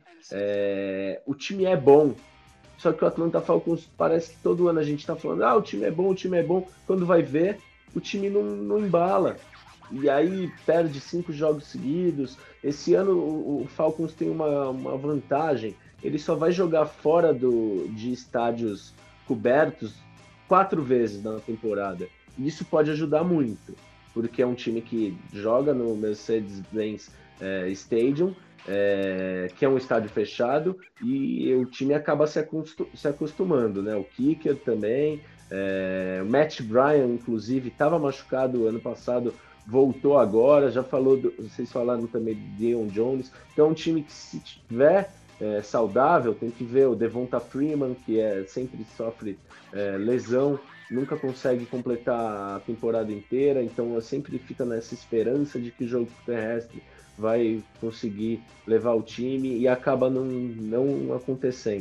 C: É, o time é bom. Só que o Atlanta Falcons parece que todo ano a gente tá falando, ah, o time é bom, o time é bom. Quando vai ver, o time não, não embala. E aí perde cinco jogos seguidos. Esse ano o, o Falcons tem uma, uma vantagem. Ele só vai jogar fora do, de estádios cobertos quatro vezes na temporada. E isso pode ajudar muito, porque é um time que joga no Mercedes-Benz é, Stadium, É, que é um estádio fechado, e o time acaba se, acostum, se acostumando, né? O kicker também, é, o Matt Ryan, inclusive, estava machucado ano passado, voltou agora, já falou, do, vocês falaram também de Deion Jones, então é um time que, se tiver é, saudável, tem que ver o Devonta Freeman, que é, sempre sofre é, lesão, nunca consegue completar a temporada inteira, então sempre fica nessa esperança de que o jogo terrestre vai conseguir levar o time e acaba não, não acontecendo.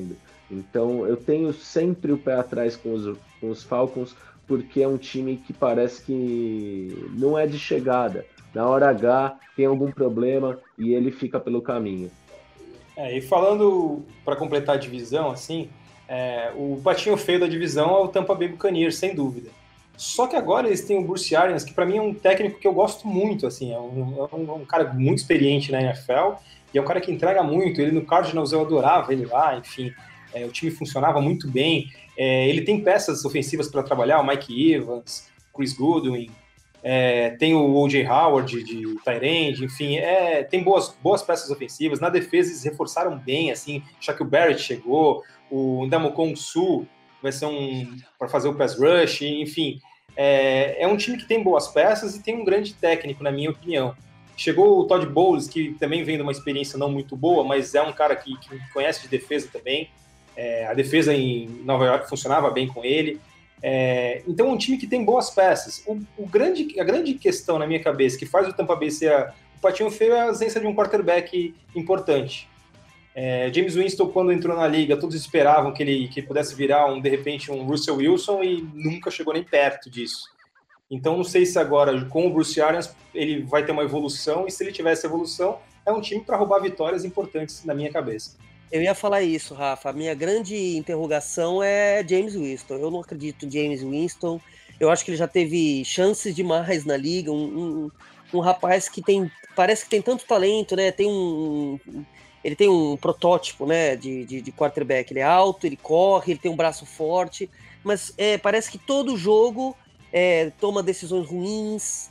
C: Então eu tenho sempre o pé atrás com os, com os Falcons, porque é um time que parece que não é de chegada. Na hora H tem algum problema e ele fica pelo caminho.
B: É, e falando, para completar a divisão, assim, é, o patinho feio da divisão é o Tampa Bay Buccaneers, sem dúvida. Só que agora eles têm o Bruce Arians, que para mim é um técnico que eu gosto muito, assim, é um, é um cara muito experiente na N F L, e é um cara que entrega muito. Ele no Cardinals eu adorava ele lá, enfim, é, o time funcionava muito bem. É, ele tem peças ofensivas para trabalhar, o Mike Evans, Chris Goodwin, é, tem o O J Howard de tight end, enfim, é, tem boas, boas peças ofensivas. Na defesa eles reforçaram bem, assim, já que o Barrett chegou, o Ndamukong Suh vai ser um para fazer o pass rush, enfim, é, é um time que tem boas peças e tem um grande técnico, na minha opinião. Chegou o Todd Bowles, que também vem de uma experiência não muito boa, mas é um cara que, que conhece de defesa também. É, a defesa em Nova York funcionava bem com ele. É, então é um time que tem boas peças. O, o grande, a grande questão na minha cabeça que faz o Tampa Bay ser a, o patinho feio é a ausência de um quarterback importante. É, James Winston, quando entrou na liga, todos esperavam que ele, que ele pudesse virar, um, de repente, um Russell Wilson, e nunca chegou nem perto disso. Então, não sei se agora, com o Bruce Arians, ele vai ter uma evolução, e se ele tiver essa evolução, é um time para roubar vitórias importantes na minha cabeça.
D: Eu ia falar isso, Rafa. A minha grande interrogação é James Winston. Eu não acredito em James Winston. Eu acho que ele já teve chances demais na liga. Um, um, um rapaz que tem, parece que tem tanto talento, né? Tem um... Ele tem um protótipo, né, de, de, de quarterback. Ele é alto, ele corre, ele tem um braço forte, mas é, parece que todo jogo é, toma decisões ruins.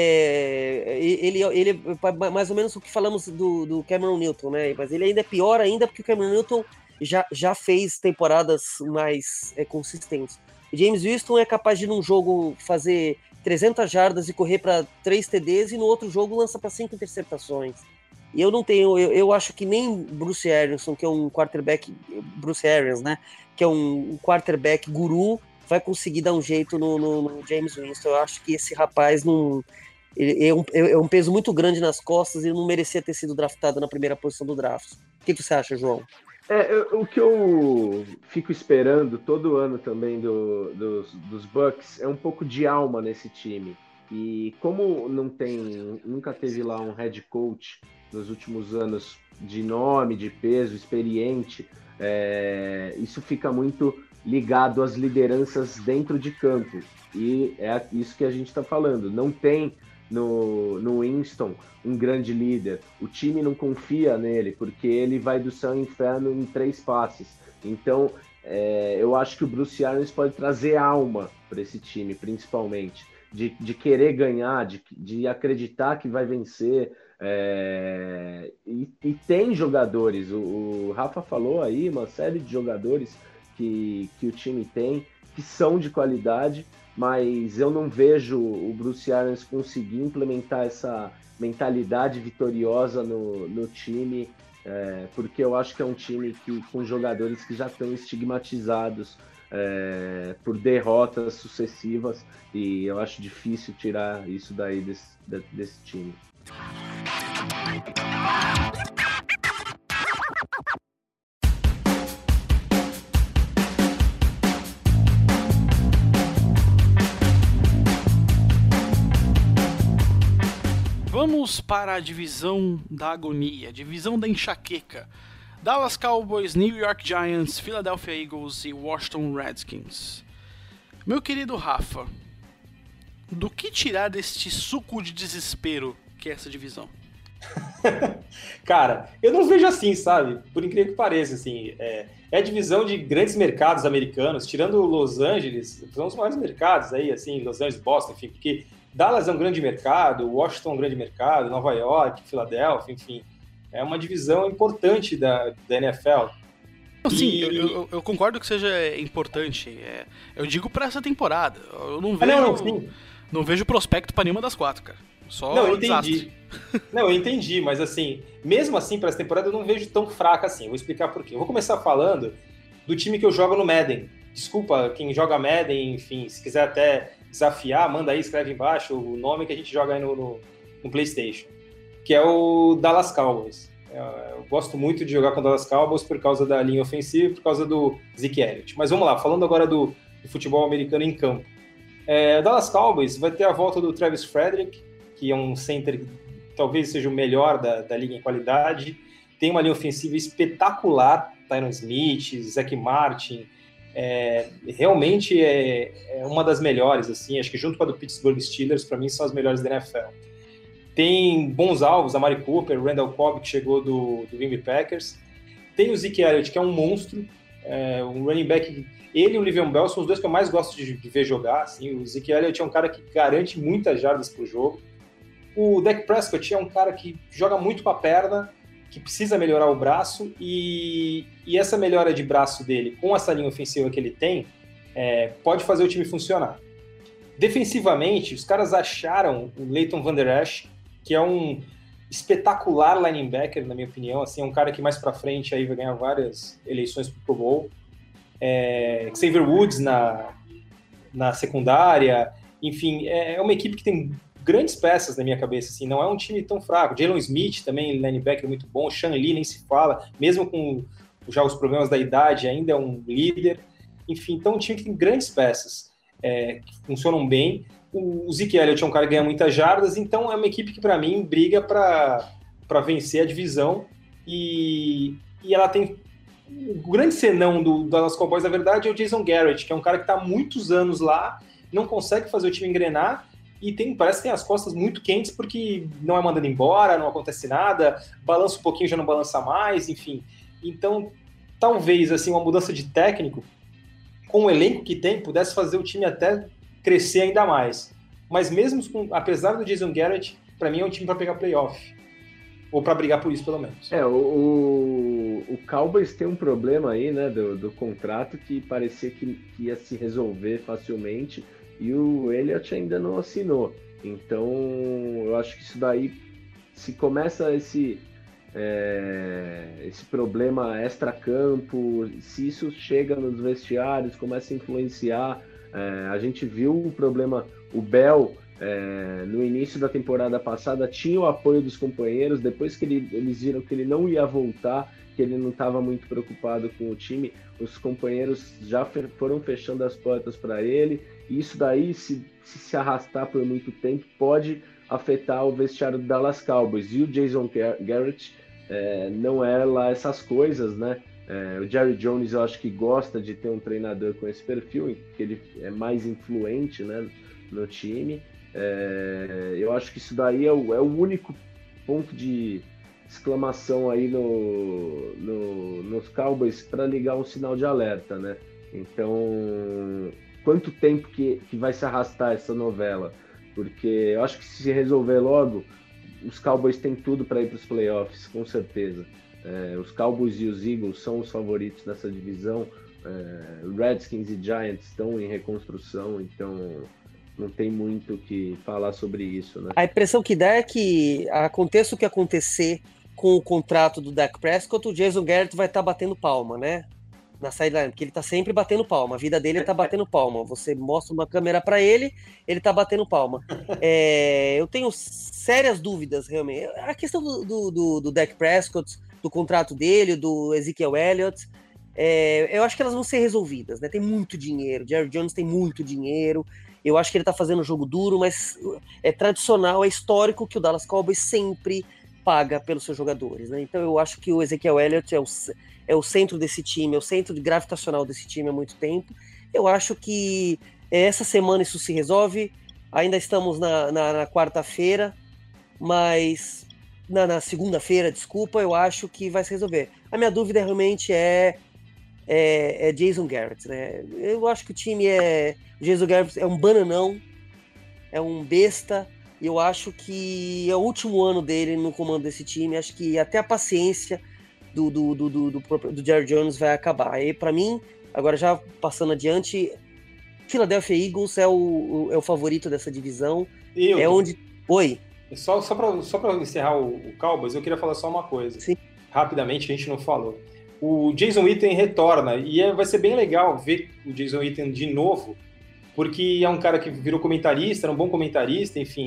D: É, ele, ele é mais ou menos o que falamos do, do Cameron Newton, né? Mas ele ainda é pior ainda porque o Cameron Newton já, já fez temporadas mais é, consistentes. O James Winston é capaz de num jogo fazer trezentas jardas e correr para três T Ds e no outro jogo lança para cinco interceptações. E eu não tenho, eu, eu acho que nem Bruce Arians, que é um quarterback, Bruce Arians, né, que é um, um quarterback guru, vai conseguir dar um jeito no, no, no James Winston. Eu acho que esse rapaz não, ele, é, um, é um peso muito grande nas costas e não merecia ter sido draftado na primeira posição do draft. O que, que você acha, João?
C: É, eu, o que eu fico esperando todo ano também do, dos, dos Bucks é um pouco de alma nesse time. E como não tem, nunca teve lá um head coach nos últimos anos de nome, de peso, experiente, é, isso fica muito ligado às lideranças dentro de campo. E é isso que a gente está falando. Não tem no, no Winston um grande líder. O time não confia nele, porque ele vai do céu ao inferno em três passes. Então, é, eu acho que o Bruce Arians pode trazer alma para esse time, principalmente. De, de querer ganhar, de, de acreditar que vai vencer. É, e, e tem jogadores, o, o Rafa falou aí, uma série de jogadores que, que o time tem, que são de qualidade, mas eu não vejo o Bruce Arians conseguir implementar essa mentalidade vitoriosa no, no time, é, porque eu acho que é um time que, com jogadores que já estão estigmatizados é, por derrotas sucessivas, e eu acho difícil tirar isso daí desse, desse time.
A: Vamos para a divisão da agonia, divisão da enxaqueca. Dallas Cowboys, New York Giants, Philadelphia Eagles e Washington Redskins. Meu querido Rafa, do que tirar deste suco de desespero que é essa divisão?
B: Cara, eu não vejo assim, sabe? Por incrível que pareça, assim, é, é a divisão de grandes mercados americanos, tirando Los Angeles, são os maiores mercados aí, assim, Los Angeles, Boston, enfim, porque Dallas é um grande mercado, Washington é um grande mercado, Nova York, Filadélfia, enfim, é uma divisão importante da, da N F L.
A: Sim,
B: e...
A: eu, eu, eu concordo que seja importante, é, eu digo pra essa temporada, eu não vejo,
B: ah, não, não,
A: não vejo prospecto pra nenhuma das quatro, cara. Só
B: não, eu
A: um
B: entendi.
A: Desastre.
B: Não, eu entendi, mas assim, mesmo assim, para essa temporada eu não vejo tão fraca assim. Eu vou explicar por quê. Eu vou começar falando do time que eu jogo no Madden. Desculpa, quem joga Madden, enfim, se quiser até desafiar, manda aí, escreve embaixo o nome que a gente joga aí no, no, no PlayStation. Que é o Dallas Cowboys. Eu gosto muito de jogar com o Dallas Cowboys por causa da linha ofensiva e por causa do Zeke Elliott. Mas vamos lá, falando agora do, do futebol americano em campo. É, o Dallas Cowboys vai ter a volta do Travis Frederick, que é um center que talvez seja o melhor da, da liga em qualidade. Tem uma linha ofensiva espetacular, Tyron Smith, Zach Martin. É, realmente é, é uma das melhores, assim, acho que junto com a do Pittsburgh Steelers, para mim são as melhores da N F L. Tem bons alvos, a Amari Cooper, o Randall Cobb, que chegou do, do Green Bay Packers. Tem o Zeke Elliott, que é um monstro, é, um running back. Ele e o Le'Veon Bell são os dois que eu mais gosto de, de ver jogar. Assim. O Zeke Elliott é um cara que garante muitas jardas por jogo. O Dak Prescott é um cara que joga muito com a perna, que precisa melhorar o braço, e, e essa melhora de braço dele, com essa linha ofensiva que ele tem, é, pode fazer o time funcionar. Defensivamente, os caras acharam o Leighton Vander Esch, que é um espetacular linebacker, na minha opinião, assim, é um cara que mais pra frente aí vai ganhar várias eleições pro Pro Bowl. É, Xavier Woods na, na secundária, enfim, é, é uma equipe que tem grandes peças na minha cabeça, assim, não é um time tão fraco. Jalen Smith também, linebacker muito bom, Sean Lee nem se fala, mesmo com já os problemas da idade, ainda é um líder. Enfim, então é um time que tem grandes peças, é, que funcionam bem. O Zeke Elliott é um cara que ganha muitas jardas, então é uma equipe que, para mim, briga para vencer a divisão, e, e ela tem... O grande senão do Dallas Cowboys, na verdade, é o Jason Garrett, que é um cara que está há muitos anos lá, não consegue fazer o time engrenar, e tem, parece que tem as costas muito quentes, porque não é mandado embora, não acontece nada, balança um pouquinho, já não balança mais, enfim. Então, talvez, assim, uma mudança de técnico, com o elenco que tem, pudesse fazer o time até crescer ainda mais. Mas mesmo com, apesar do Jason Garrett, para mim é um time para pegar playoff. Ou para brigar por isso, pelo menos.
C: É, o, o, o Cowboys tem um problema aí, né, do, do contrato, que parecia que, que ia se resolver facilmente, e o Elliott ainda não assinou. Então, eu acho que isso daí, se começa esse, é, esse problema extra-campo, se isso chega nos vestiários, começa a influenciar. É, a gente viu o problema, o Bell, é, no início da temporada passada, tinha o apoio dos companheiros, depois que ele, eles viram que ele não ia voltar, que ele não estava muito preocupado com o time, os companheiros já fe- foram fechando as portas para ele, e isso daí, se, se se arrastar por muito tempo, pode afetar o vestiário do Dallas Cowboys. E o Jason Garrett é, não é lá essas coisas, né? É, o Jerry Jones, eu acho que gosta de ter um treinador com esse perfil, que ele é mais influente, né, no time. É, eu acho que isso daí é o, é o único ponto de exclamação aí no, no, nos Cowboys para ligar um sinal de alerta, né? Então, quanto tempo que, que vai se arrastar essa novela? Porque eu acho que se resolver logo, os Cowboys têm tudo para ir para os playoffs, com certeza. É, os Cowboys e os Eagles são os favoritos nessa divisão. É, Redskins e Giants estão em reconstrução, então não tem muito o que falar sobre isso, né?
D: A impressão que dá é que aconteça o que acontecer com o contrato do Dak Prescott, o Jason Garrett vai estar tá batendo palma, né? Na sideline, porque ele tá sempre batendo palma. A vida dele é tá batendo palma. Você mostra uma câmera para ele, ele tá batendo palma. É, eu tenho sérias dúvidas, realmente. A questão do, do, do, do Dak Prescott, do contrato dele, do Ezekiel Elliott, é, eu acho que elas vão ser resolvidas, né? Tem muito dinheiro, Jerry Jones tem muito dinheiro, eu acho que ele tá fazendo um jogo duro, mas é tradicional, é histórico que o Dallas Cowboys sempre paga pelos seus jogadores, né? Então eu acho que o Ezekiel Elliott é o, é o centro desse time, é o centro gravitacional desse time há muito tempo. Eu acho que essa semana isso se resolve, ainda estamos na, na, na quarta-feira, mas... Na, na segunda-feira, desculpa, eu acho que vai se resolver. A minha dúvida realmente é, é, é Jason Garrett, né? Eu acho que o time é... O Jason Garrett é um bananão, é um besta, e eu acho que é o último ano dele no comando desse time. Acho que até a paciência do, do, do, do, do, do Jerry Jones vai acabar. E para mim, agora já passando adiante, Philadelphia Eagles é o, é o favorito dessa divisão.
B: Eu,
D: é onde... Oi?
B: Só, só para só para encerrar o, o Cowboys, eu queria falar só uma coisa.
D: Sim.
B: Rapidamente, que a gente não falou. O Jason Witten retorna, e é, vai ser bem legal ver o Jason Witten de novo, porque é um cara que virou comentarista, era um bom comentarista, enfim.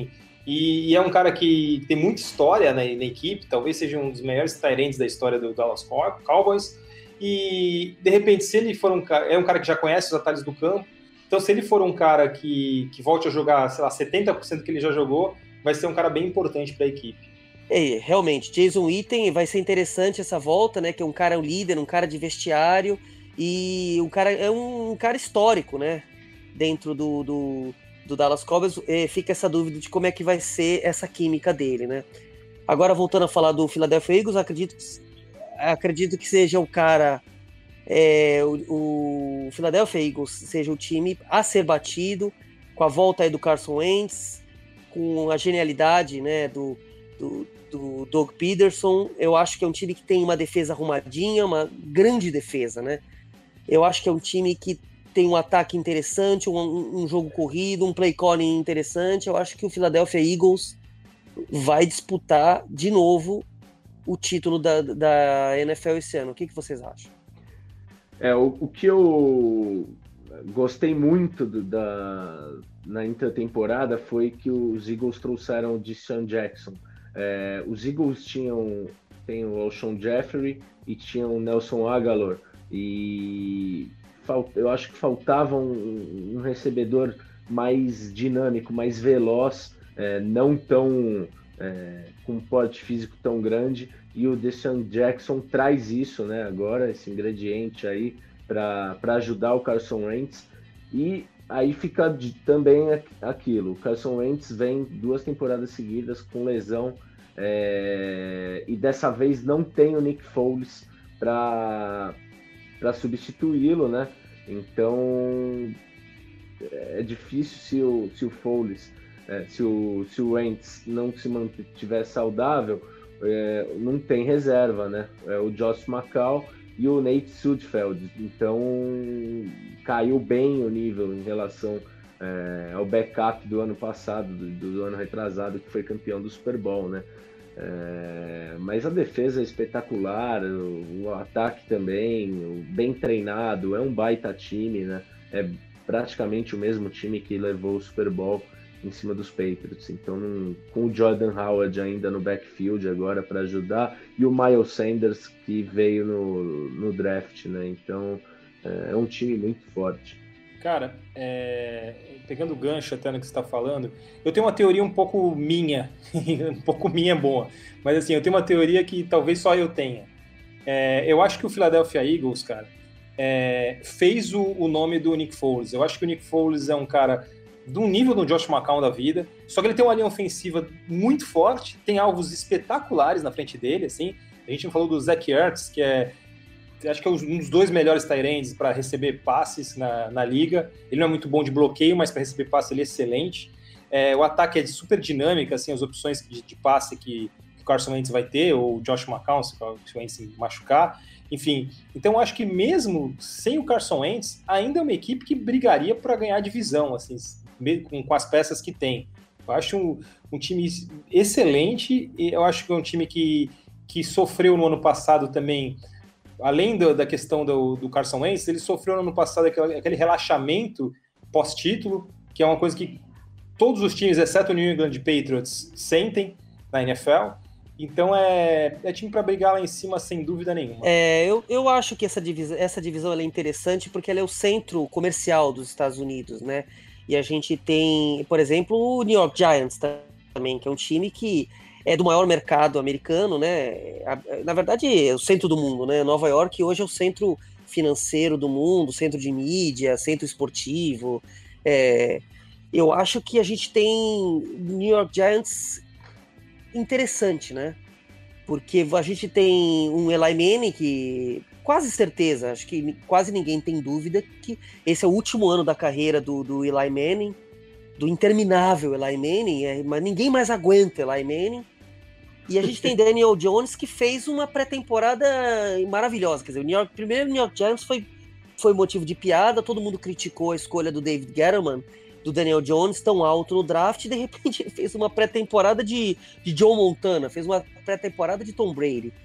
B: E, e é um cara que tem muita história na, na equipe, talvez seja um dos melhores tight ends da história do Dallas Cowboys. E, de repente, se ele for um cara... É um cara que já conhece os atalhos do campo. Então, se ele for um cara que, que volte a jogar, sei lá, setenta por cento que ele já jogou, vai ser um cara bem importante para a equipe.
D: É, realmente, Jason Witten vai ser interessante essa volta, né? Que é um cara um líder, um cara de vestiário e um cara, é um, um cara histórico, né? Dentro do, do, do Dallas Cowboys, é, fica essa dúvida de como é que vai ser essa química dele, né? Agora, voltando a falar do Philadelphia Eagles, acredito que acredito que seja o cara, é, o, o Philadelphia Eagles seja o time a ser batido, com a volta aí do Carson Wentz, com a genialidade, né, do, do, do Doug Peterson. Eu acho que é um time que tem uma defesa arrumadinha, uma grande defesa, né? Eu acho que é um time que tem um ataque interessante, um, um jogo corrido, um play calling interessante. Eu acho que o Philadelphia Eagles vai disputar de novo o título da, da N F L esse ano. O que, que vocês acham?
C: É, o, o que eu gostei muito do, da, na intertemporada foi que os Eagles trouxeram o DeSean Jackson. É, os Eagles tinham tem o Alshon Jeffrey e tinham o Nelson Agholor, e falt, eu acho que faltava um, um recebedor mais dinâmico, mais veloz, é, não tão... É, com um porte físico tão grande, e o DeSean Jackson traz isso, né, agora, esse ingrediente aí para ajudar o Carson Wentz. E aí fica de, também aquilo, o Carson Wentz vem duas temporadas seguidas com lesão, é, e dessa vez não tem o Nick Foles para para substituí-lo, né? Então é difícil se o, se o Foles É, se, o, se o Wentz não se mantiver saudável, é, não tem reserva, né? É o Josh McCown e o Nate Sudfeld. Então, caiu bem o nível em relação é, ao backup do ano passado, do, do ano retrasado, que foi campeão do Super Bowl, né? É, mas a defesa é espetacular, o, o ataque também, o, bem treinado, é um baita time, né? É praticamente o mesmo time que levou o Super Bowl em cima dos Patriots. Então, não, com o Jordan Howard ainda no backfield agora para ajudar, e o Miles Sanders que veio no, no draft, né? Então, é, é um time muito forte.
B: Cara, é, pegando o gancho até no que você está falando, eu tenho uma teoria um pouco minha, um pouco minha boa, mas assim, eu tenho uma teoria que talvez só eu tenha. É, eu acho que o Philadelphia Eagles, cara, é, fez o, o nome do Nick Foles. Eu acho que o Nick Foles é um cara de um nível do Josh McCown da vida, só que ele tem uma linha ofensiva muito forte, tem alvos espetaculares na frente dele, assim. A gente falou do Zach Ertz, que é, acho que é um dos dois melhores tight ends para receber passes na, na liga. Ele não é muito bom de bloqueio, mas para receber passe ele é excelente. É, o ataque é de super dinâmica, assim, as opções de, de passe que, que o Carson Wentz vai ter, ou o Josh McCown, se o Wentz se machucar. Enfim, então eu acho que mesmo sem o Carson Wentz, ainda é uma equipe que brigaria para ganhar a divisão, assim, com, com as peças que tem. Eu acho um, um time excelente, e eu acho que é um time que, que sofreu no ano passado também, além do, da questão do, do Carson Wentz, ele sofreu no ano passado aquele, aquele relaxamento pós-título, que é uma coisa que todos os times, exceto o New England Patriots, sentem na N F L. Então é, é time para brigar lá em cima sem dúvida nenhuma.
D: É, eu, eu acho que essa divisão, essa divisão ela é interessante porque ela é o centro comercial dos Estados Unidos, né? E a gente tem, por exemplo, o New York Giants também, que é um time que é do maior mercado americano, né? Na verdade, é o centro do mundo, né? Nova York hoje é o centro financeiro do mundo, centro de mídia, centro esportivo. É, eu acho que a gente tem New York Giants interessante, né? Porque a gente tem um Eli Manning que, quase certeza, acho que quase ninguém tem dúvida que esse é o último ano da carreira do, do Eli Manning, do interminável Eli Manning, é, mas ninguém mais aguenta Eli Manning. E a gente tem Daniel Jones, que fez uma pré-temporada maravilhosa. Quer dizer, o New York, primeiro o New York Giants foi, foi motivo de piada, todo mundo criticou a escolha do David Gettleman, do Daniel Jones, tão alto no draft, e de repente ele fez uma pré-temporada de, de Joe Montana, fez uma pré-temporada de Tom Brady.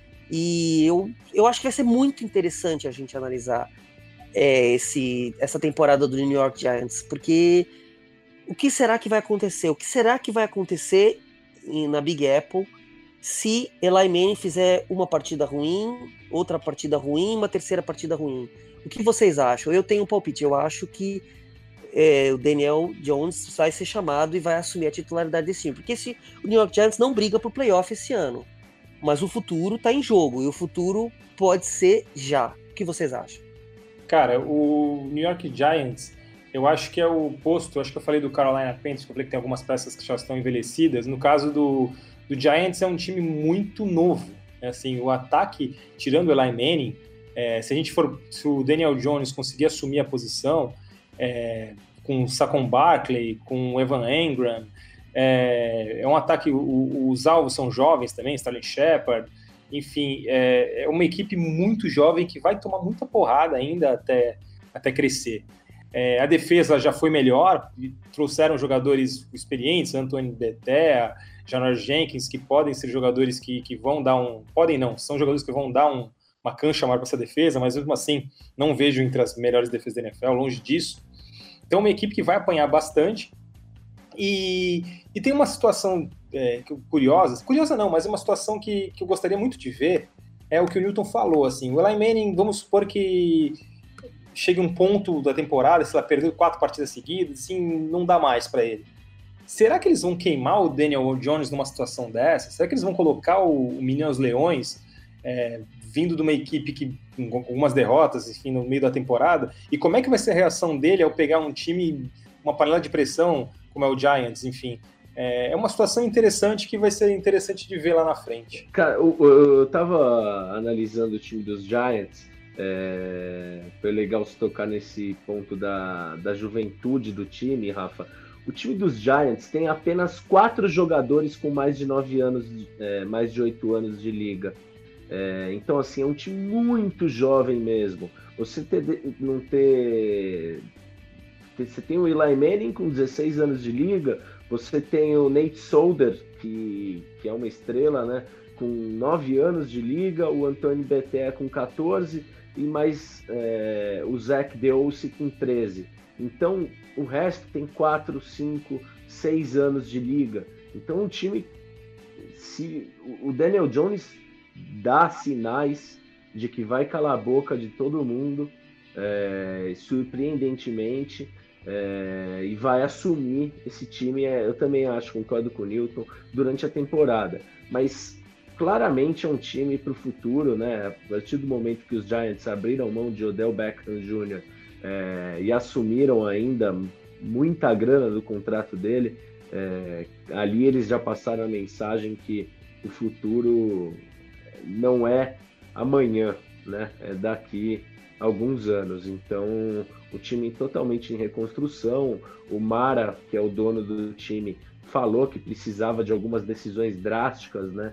D: E eu, eu acho que vai ser muito interessante a gente analisar é, esse, essa temporada do New York Giants, porque o que será que vai acontecer? O que será que vai acontecer na Big Apple se Eli Manning fizer uma partida ruim, outra partida ruim, uma terceira partida ruim? O que vocês acham? Eu tenho um palpite. Eu acho que é, o Daniel Jones vai ser chamado e vai assumir a titularidade desse time. Porque esse, o New York Giants não briga pro playoff esse ano. Mas o futuro está em jogo. E o futuro pode ser já. O que vocês acham?
B: Cara, o New York Giants, eu acho que é o posto, acho que eu falei do Carolina Panthers, que eu falei que tem algumas peças que já estão envelhecidas. No caso do, do Giants, é um time muito novo. É assim, o ataque, tirando o Eli Manning, é, se a gente for, se o Daniel Jones conseguir assumir a posição, é, com o Saquon Barkley, com o Evan Engram, é, é um ataque, o, os alvos são jovens também, Sterling Shepard, enfim, é, é uma equipe muito jovem que vai tomar muita porrada ainda até, até crescer. É, a defesa já foi melhor, trouxeram jogadores experientes, Anthony Betea, Janoris Jenkins, que podem ser jogadores que, que vão dar um... Podem não, são jogadores que vão dar um, uma cancha maior para essa defesa, mas mesmo assim não vejo entre as melhores defesas da N F L, longe disso. Então é uma equipe que vai apanhar bastante e, e tem uma situação é, curiosa, curiosa não, mas é uma situação que, que eu gostaria muito de ver, é o que o Newton falou, assim, o Eli Manning, vamos supor que chegue um ponto da temporada, se ela perdeu quatro partidas seguidas, assim, não dá mais para ele. Será que eles vão queimar o Daniel Jones numa situação dessa? Será que eles vão colocar o, o menino aos leões, é, vindo de uma equipe que com algumas derrotas, enfim, no meio da temporada? E como é que vai ser a reação dele ao pegar um time, uma panela de pressão, como é o Giants, enfim? É uma situação interessante que vai ser interessante de ver lá na frente.
C: Cara, eu, eu tava analisando o time dos Giants, é, foi legal se tocar nesse ponto da, da juventude do time, Rafa. O time dos Giants tem apenas quatro jogadores com mais de nove anos, é, mais de oito anos de liga. É, então, assim, é um time muito jovem mesmo. Você ter, não ter, ter... Você tem o Eli Manning com dezesseis anos de liga, você tem o Nate Solder, que, que é uma estrela, né, com nove anos de liga, o Anthony Betea com catorze e mais é, o Zach DeOssie com treze. Então, o resto tem quatro, cinco, seis anos de liga. Então, o time... Se o Daniel Jones dá sinais de que vai calar a boca de todo mundo, é, surpreendentemente, é, e vai assumir esse time, é, eu também acho, concordo com o Newton, durante a temporada. Mas, claramente, é um time para o futuro, né? A partir do momento que os Giants abriram mão de Odell Beckham Júnior É, e assumiram ainda muita grana do contrato dele, é, ali eles já passaram a mensagem que o futuro não é amanhã, né? É daqui a alguns anos. Então, o time totalmente em reconstrução. O Mara, que é o dono do time, falou que precisava de algumas decisões drásticas, né?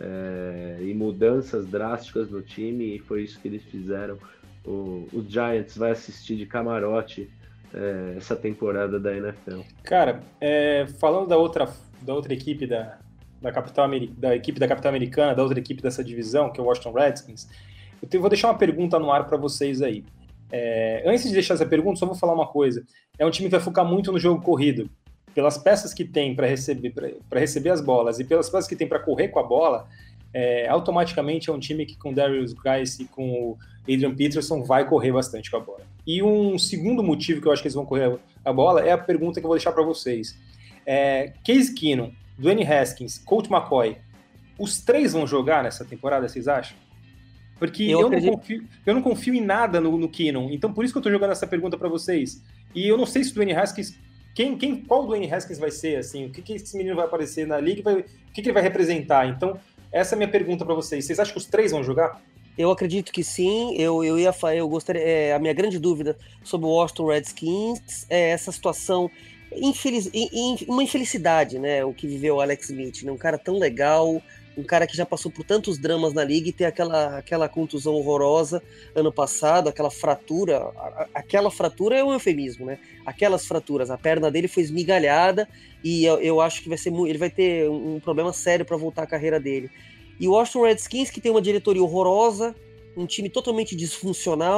C: É, e mudanças drásticas no time, e foi isso que eles fizeram. O, o Giants vai assistir de camarote é, essa temporada da N F L.
B: Cara, é, falando da outra, da outra equipe da, da, capital, da equipe da capital americana, da outra equipe dessa divisão, que é o Washington Redskins, eu te, vou deixar uma pergunta no ar para vocês aí. É, antes de deixar essa pergunta, só vou falar uma coisa. É um time que vai focar muito no jogo corrido. Pelas peças que tem para receber, para receber as bolas e pelas peças que tem para correr com a bola, é, automaticamente é um time que com o Darius Guice e com o Adrian Peterson vai correr bastante com a bola. E um segundo motivo que eu acho que eles vão correr a bola é a pergunta que eu vou deixar para vocês. É, Case Keenum, Dwayne Haskins, Colt McCoy, os três vão jogar nessa temporada, vocês acham? Porque eu, eu, não, confio, eu não confio em nada no, no Keenum, então por isso que eu estou jogando essa pergunta para vocês. E eu não sei se o Dwayne Haskins... Quem, quem, qual o Dwayne Haskins vai ser? Assim, o que, que esse menino vai aparecer na liga? Vai, o que, que ele vai representar? Então, essa é a minha pergunta para vocês. Vocês acham que os três vão jogar?
D: Eu acredito que sim. Eu, eu ia eu gostaria. É, a minha grande dúvida sobre o Washington Redskins é essa situação, infeliz, in, uma infelicidade, né? O que viveu o Alex Smith, né? Um cara tão legal, um cara que já passou por tantos dramas na liga e ter aquela, aquela contusão horrorosa ano passado, aquela fratura. Aquela fratura é um eufemismo, né? Aquelas fraturas, a perna dele foi esmigalhada e eu, eu acho que vai ser, ele vai ter um problema sério para voltar à carreira dele. E o Washington Redskins, que tem uma diretoria horrorosa, um time totalmente disfuncional,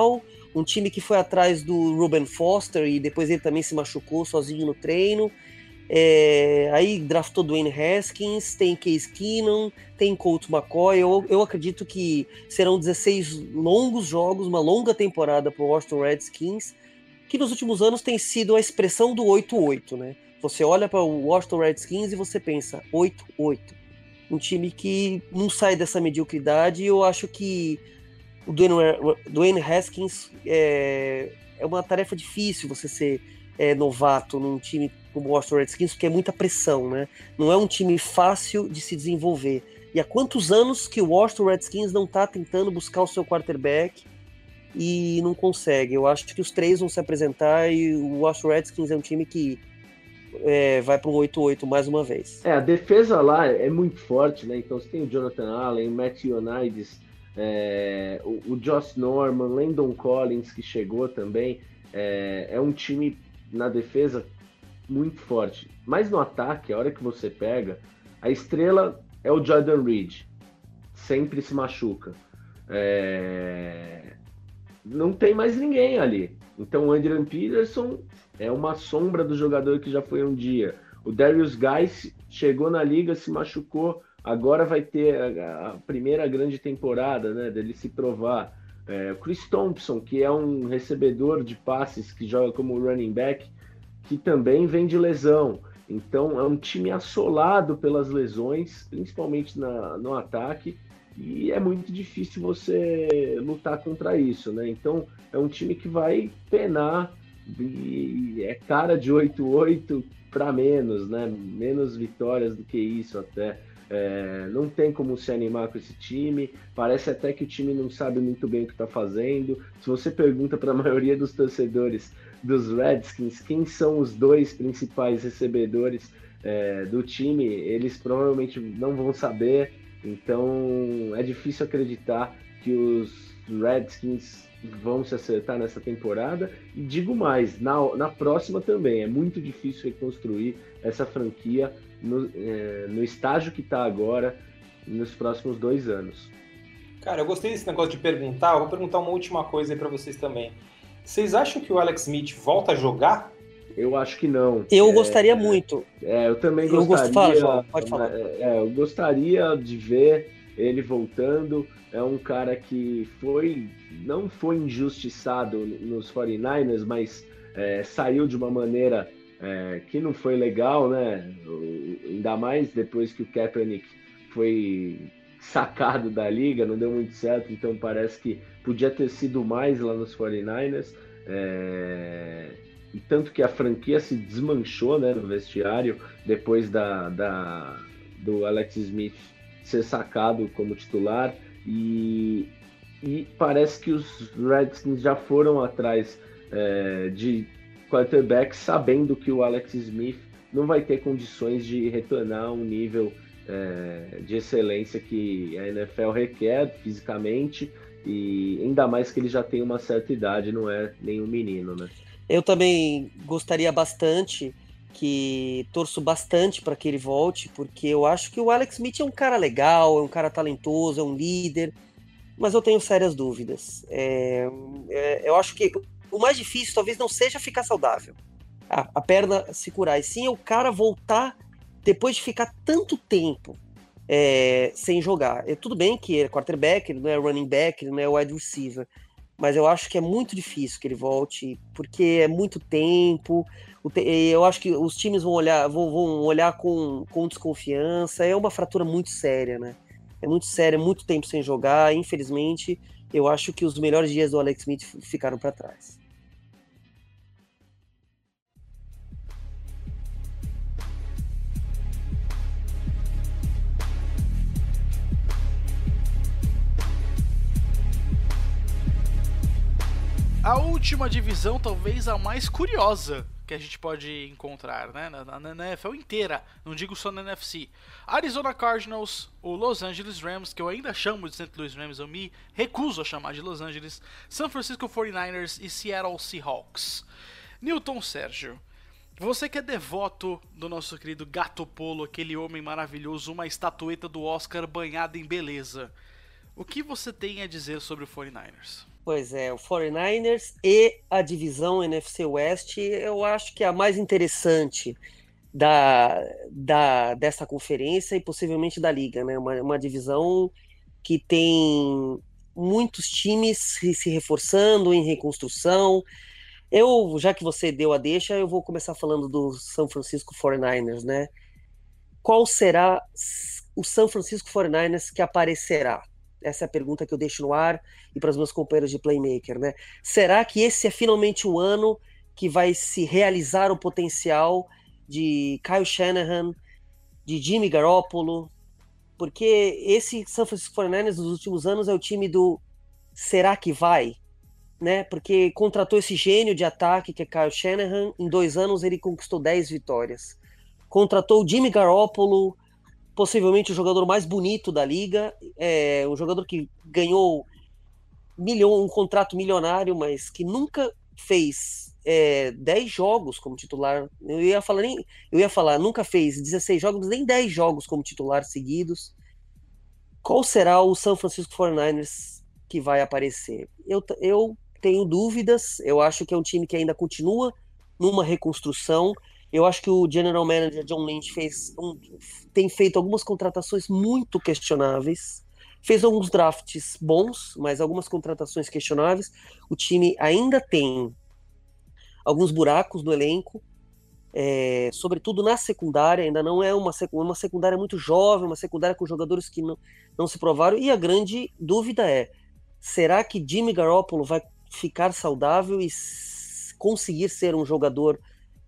D: um time que foi atrás do Reuben Foster e depois ele também se machucou sozinho no treino. É, aí draftou Dwayne Haskins, tem Case Keenum, tem Colt McCoy. Eu, eu acredito que serão dezesseis longos jogos, uma longa temporada para o Washington Redskins, que nos últimos anos tem sido a expressão do oito oito, né? Você olha para o Washington Redskins e você pensa oito oito. Um time que não sai dessa mediocridade, e eu acho que o Dwayne, Dwayne Haskins é, é uma tarefa difícil você ser é, novato num time como o Washington Redskins, porque é muita pressão, né? Não é um time fácil de se desenvolver. E há quantos anos que o Washington Redskins não está tentando buscar o seu quarterback e não consegue? Eu acho que os três vão se apresentar e o Washington Redskins é um time que é, vai para um oito oito mais uma vez.
C: É, a defesa lá é muito forte, né? Então você tem o Jonathan Allen, o Matt Ioannidis, é, o, o Josh Norman, Landon Collins, que chegou também. É, é um time na defesa muito forte. Mas no ataque, a hora que você pega, a estrela é o Jordan Reed. Sempre se machuca. É... Não tem mais ninguém ali. Então o Adrian Peterson é uma sombra do jogador que já foi um dia. O Darius Guice chegou na liga, se machucou. Agora vai ter a, a primeira grande temporada, né, dele se provar. É, o Chris Thompson, que é um recebedor de passes, que joga como running back, que também vem de lesão. Então é um time assolado pelas lesões, principalmente na, no ataque, e é muito difícil você lutar contra isso, né? Então é um time que vai penar, e é cara de oito oito para menos, né? Menos vitórias do que isso até. É, não tem como se animar com esse time, parece até que o time não sabe muito bem o que está fazendo. Se você pergunta para a maioria dos torcedores dos Redskins quem são os dois principais recebedores é, do time, eles provavelmente não vão saber. Então é difícil acreditar que os Redskins vão se acertar nessa temporada, e digo mais, na, na próxima também. É muito difícil reconstruir essa franquia no, é, no estágio que está agora, nos próximos dois anos.
B: Cara, eu gostei desse negócio de perguntar. Eu vou perguntar uma última coisa aí para vocês também. Vocês acham que o Alex Smith volta a jogar?
C: Eu acho que não.
D: Eu
C: é,
D: gostaria muito.
C: É, eu também
D: eu
C: gostaria.
D: Gost... Fala, João, pode falar.
C: É, eu gostaria de ver ele voltando. É um cara que foi, não foi injustiçado nos forty-niners, mas é, saiu de uma maneira é, que não foi legal, né? Ainda mais depois que o Kaepernick foi sacado da liga, não deu muito certo, então parece que podia ter sido mais lá nos forty-niners. É... E tanto que a franquia se desmanchou, né, no vestiário depois da, da, do Alex Smith ser sacado como titular. E, e parece que os Redskins já foram atrás é, de quarterbacks, sabendo que o Alex Smith não vai ter condições de retornar a um nível é, de excelência que a N F L requer fisicamente, e ainda mais que ele já tem uma certa idade, não é nenhum menino, né?
D: Eu também gostaria bastante, que torço bastante para que ele volte, porque eu acho que o Alex Smith é um cara legal, é um cara talentoso, é um líder, mas eu tenho sérias dúvidas. É, é, eu acho que o mais difícil talvez não seja ficar saudável, a, a perna se curar, e sim é o cara voltar depois de ficar tanto tempo é, sem jogar. É, tudo bem que ele é quarterback, ele não é running back, ele não é wide receiver, mas eu acho que é muito difícil que ele volte, porque é muito tempo. Eu acho que os times vão olhar, vão, vão olhar com, com desconfiança. É uma fratura muito séria, né? É muito séria, é muito tempo sem jogar. Infelizmente, eu acho que os melhores dias do Alex Smith ficaram para trás.
A: A última divisão, talvez a mais curiosa que a gente pode encontrar, né, na, na, na N F L inteira, não digo só na N F C. Arizona Cardinals, o Los Angeles Rams, que eu ainda chamo de Saint Louis Rams, eu me recuso a chamar de Los Angeles, San Francisco forty-niners e Seattle Seahawks. Newton Sérgio, você que é devoto do nosso querido Gato Polo, aquele homem maravilhoso, uma estatueta do Oscar banhada em beleza, O que você tem a dizer sobre o forty-niners?
D: Pois é, o forty-niners e a divisão N F C West, eu acho que é a mais interessante da, da, dessa conferência e possivelmente da liga, né? Uma, uma divisão que tem muitos times se, se reforçando em reconstrução. Eu, já que você deu a deixa, eu vou começar falando do San Francisco forty-niners, né? Qual será o San Francisco forty-niners que aparecerá? Essa é a pergunta que eu deixo no ar e para os meus companheiros de Playmaker, né? Será que esse é finalmente o ano que vai se realizar o potencial de Kyle Shanahan, de Jimmy Garoppolo? Porque esse San Francisco forty-niners dos últimos anos é o time do será que vai? Né? Porque contratou esse gênio de ataque que é Kyle Shanahan, em dois anos ele conquistou dez vitórias. Contratou o Jimmy Garoppolo, possivelmente o jogador mais bonito da liga, é, um jogador que ganhou milhão, um contrato milionário, mas que nunca fez é, dez jogos como titular. Eu ia falar, nem, eu ia falar, nunca fez dezesseis jogos, nem dez jogos como titular seguidos. Qual será o San Francisco forty-niners que vai aparecer? Eu, eu tenho dúvidas, eu acho que é um time que ainda continua numa reconstrução. Eu acho que o General Manager John Lynch fez um, tem feito algumas contratações muito questionáveis, fez alguns drafts bons, mas algumas contratações questionáveis. O time ainda tem alguns buracos no elenco, é, sobretudo na secundária. Ainda não é uma, uma secundária muito jovem, uma secundária com jogadores que não, não se provaram, e a grande dúvida é, será que Jimmy Garoppolo vai ficar saudável e conseguir ser um jogador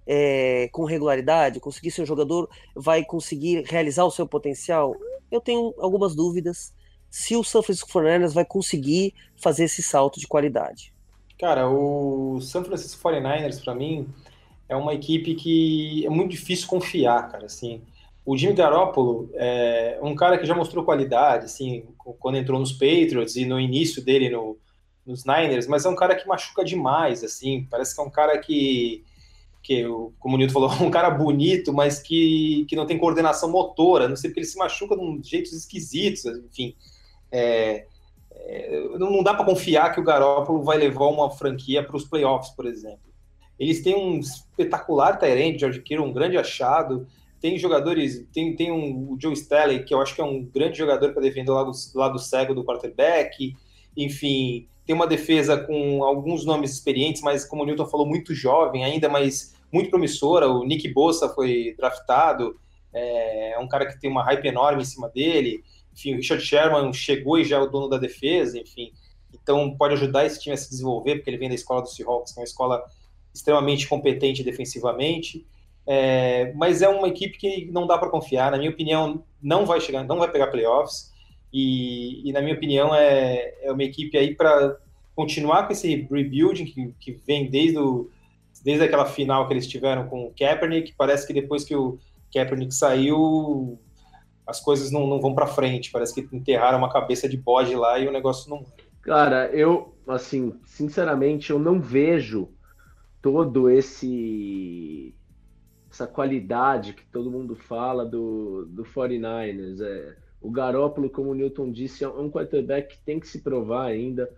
D: É, com regularidade, conseguir ser um jogador, vai conseguir realizar o seu potencial? Eu tenho algumas dúvidas se o San Francisco forty-niners vai conseguir fazer esse salto de qualidade.
B: Cara, o San Francisco forty-niners, para mim, é uma equipe que é muito difícil confiar, cara, assim. O Jimmy Garoppolo é um cara que já mostrou qualidade, assim, quando entrou nos Patriots e no início dele no, nos Niners, mas é um cara que machuca demais, assim, parece que é um cara que que, como o Nilton falou, um cara bonito, mas que, que não tem coordenação motora, não sei porque ele se machuca de um jeitos esquisitos, enfim. É, é, não dá para confiar que o Garoppolo vai levar uma franquia para os playoffs, por exemplo. Eles têm um espetacular tight end, George Kittle, um grande achado, tem jogadores, tem, tem um, o Joe Staley, que eu acho que é um grande jogador para defender o lado, lado cego do quarterback, enfim, tem uma defesa com alguns nomes experientes, mas como o Newton falou, muito jovem ainda, mas muito promissora. O Nick Bosa foi draftado, é um cara que tem uma hype enorme em cima dele. Enfim, o Richard Sherman chegou e já é o dono da defesa, enfim. Então pode ajudar esse time a se desenvolver, porque ele vem da escola do Seahawks, que é uma escola extremamente competente defensivamente. É, mas é uma equipe que não dá para confiar. Na minha opinião, não vai chegar, não vai pegar playoffs. E, e na minha opinião, é, é uma equipe aí para continuar com esse rebuilding que, que vem desde, o, desde aquela final que eles tiveram com o Kaepernick. Parece que depois que o Kaepernick saiu, as coisas não, não vão para frente. Parece que enterraram uma cabeça de bode lá e o negócio não...
C: Cara, eu, assim, sinceramente, eu não vejo todo esse... essa qualidade que todo mundo fala do, do forty-niners. É, o Garoppolo, como o Newton disse, é um quarterback que tem que se provar ainda.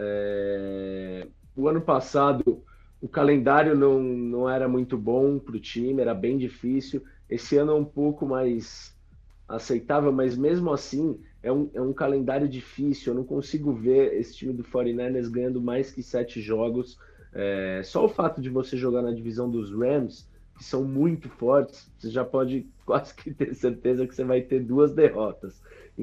C: É, o ano passado, o calendário não, não era muito bom para o time, era bem difícil. Esse ano é um pouco mais aceitável, mas mesmo assim é um, é um calendário difícil. Eu não consigo ver esse time do forty-niners ganhando mais que sete jogos. É, só o fato de você jogar na divisão dos Rams, que são muito fortes, você já pode quase que ter certeza que você vai ter duas derrotas.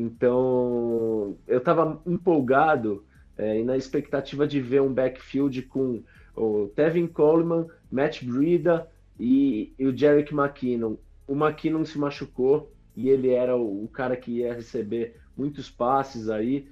C: Então, eu estava empolgado é, e na expectativa de ver um backfield com o Tevin Coleman, Matt Breida e, e o Jerick McKinnon. O McKinnon se machucou e ele era o, o cara que ia receber muitos passes aí.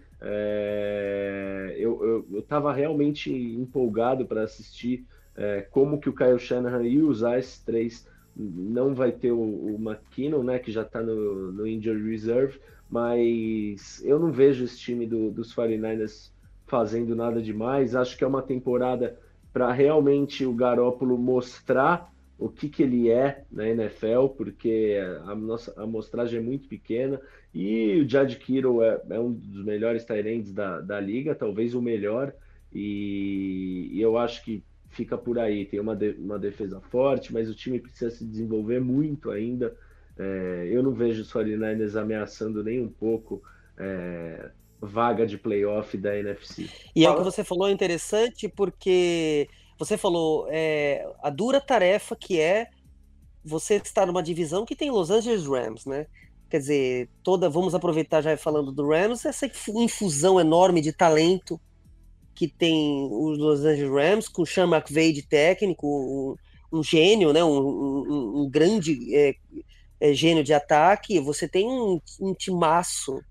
C: É, eu estava realmente empolgado para assistir É, como que o Kyle Shanahan ia usar esses três. Não vai ter o, o McKinnon, né, que já está no, no Injury Reserve, mas eu não vejo esse time do, dos forty-niners fazendo nada demais. Acho que é uma temporada para realmente o Garoppolo mostrar o que, que ele é na N F L, porque a nossa amostragem é muito pequena, e o George Kittle é, é um dos melhores tight ends da, da liga, talvez o melhor, e, e eu acho que fica por aí. Tem uma, de, uma defesa forte, mas o time precisa se desenvolver muito ainda. É, eu não vejo os quarenta e nove ers ameaçando nem um pouco é, vaga de playoff da N F C.
D: E é o que você falou é interessante, porque você falou é, a dura tarefa que é você estar numa divisão que tem Los Angeles Rams, né? Quer dizer, toda, vamos aproveitar já falando do Rams, essa infusão enorme de talento que tem os Los Angeles Rams, com o Sean McVay de técnico, um, um gênio, né? um, um, um grande é, é, gênio de ataque. Você tem um, um timaço,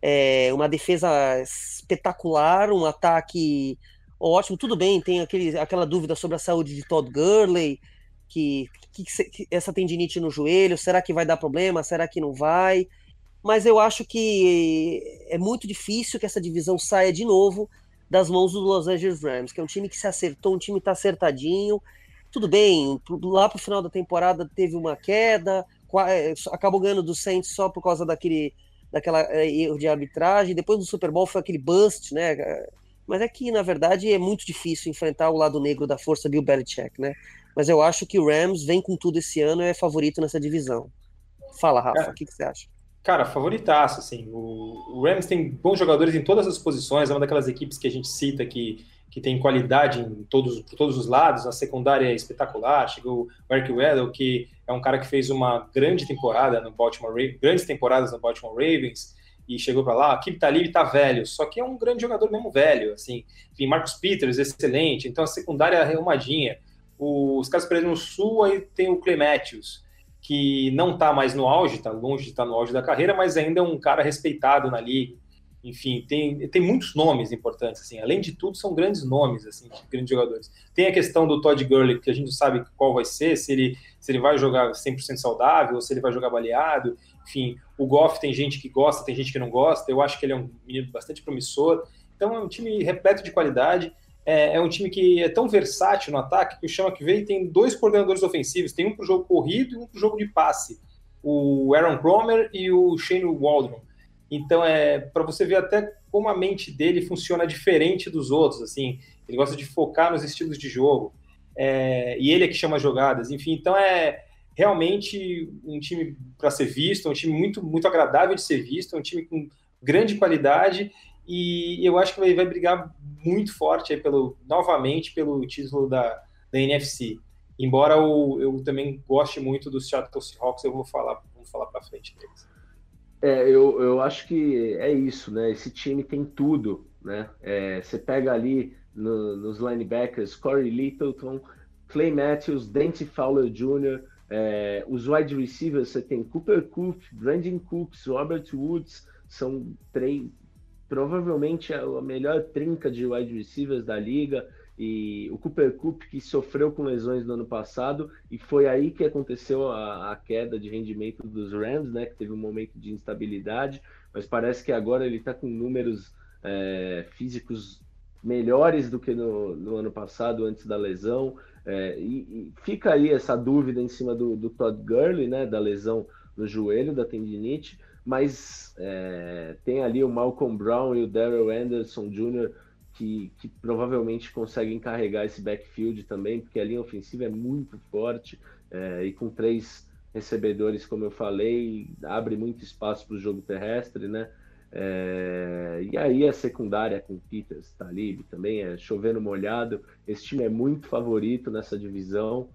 D: é, uma defesa espetacular, um ataque ótimo. Tudo bem, tem aquele, aquela dúvida sobre a saúde de Todd Gurley, que, que, que essa tendinite no joelho, será que vai dar problema, será que não vai? Mas eu acho que é muito difícil que essa divisão saia de novo das mãos do Los Angeles Rams, que é um time que se acertou, um time que tá acertadinho. Tudo bem, lá pro final da temporada teve uma queda, acabou ganhando do Saints só por causa daquele daquela erro de arbitragem, depois do Super Bowl foi aquele bust, né? Mas é que, na verdade, é muito difícil enfrentar o lado negro da força Bill Belichick, né? Mas eu acho que o Rams vem com tudo esse ano e é favorito nessa divisão. Fala, Rafa, o que, que você acha?
B: Cara, favoritaço, assim. O, o Rams tem bons jogadores em todas as posições, é uma daquelas equipes que a gente cita que, que tem qualidade em todos, por todos os lados, a secundária é espetacular, chegou o Eric Weddle, que é um cara que fez uma grande temporada no Baltimore Ravens, grandes temporadas no Baltimore Ravens, e chegou para lá. Aqui tá livre, tá velho, só que é um grande jogador mesmo velho, assim. Enfim, Marcus Peters, excelente, então a secundária é arrumadinha. Os caras perderam no Sul, aí tem o Clay Matthews, que não está mais no auge, está longe de estar no auge da carreira, mas ainda é um cara respeitado na liga. Enfim, tem, tem muitos nomes importantes, assim. Além de tudo, são grandes nomes, assim, de grandes jogadores. Tem a questão do Todd Gurley, que a gente não sabe qual vai ser, se ele, se ele vai jogar cem por cento saudável, ou se ele vai jogar baleado. Enfim, o Goff tem gente que gosta, tem gente que não gosta. Eu acho que ele é um menino bastante promissor. Então é um time repleto de qualidade. É, é um time que é tão versátil no ataque que o Sean McVay tem dois coordenadores ofensivos, tem um para o jogo corrido e um para o jogo de passe, o Aaron Cromer e o Shane Waldron. Então é para você ver até como a mente dele funciona diferente dos outros, assim, ele gosta de focar nos estilos de jogo, é, e ele é que chama as jogadas, enfim, então é realmente um time para ser visto, um time muito, muito agradável de ser visto, um time com grande qualidade. E eu acho que ele vai brigar muito forte aí pelo, novamente pelo título da, da N F C. Embora eu, eu também goste muito dos Seattle Seahawks, eu vou falar, vamos falar para frente deles.
C: É, eu, eu acho que é isso, né? Esse time tem tudo, né? É, você pega ali no, nos linebackers, Corey Littleton, Clay Matthews, Dante Fowler Júnior, é, os wide receivers, você tem Cooper Kupp, Brandon Cooks, Robert Woods, são três... provavelmente a melhor trinca de wide receivers da liga, e o Cooper Kupp, que sofreu com lesões no ano passado, e foi aí que aconteceu a, a queda de rendimento dos Rams, né, que teve um momento de instabilidade, mas parece que agora ele está com números é, físicos melhores do que no, no ano passado, antes da lesão, é, e, e fica aí essa dúvida em cima do, do Todd Gurley, né, da lesão no joelho, da tendinite, mas é, tem ali o Malcolm Brown e o Darrell Anderson Júnior que, que provavelmente conseguem carregar esse backfield também, porque a linha ofensiva é muito forte, é, e com três recebedores, como eu falei, abre muito espaço para o jogo terrestre, né? É, e aí a secundária com Peters, Talib também é chovendo molhado. Esse time é muito favorito nessa divisão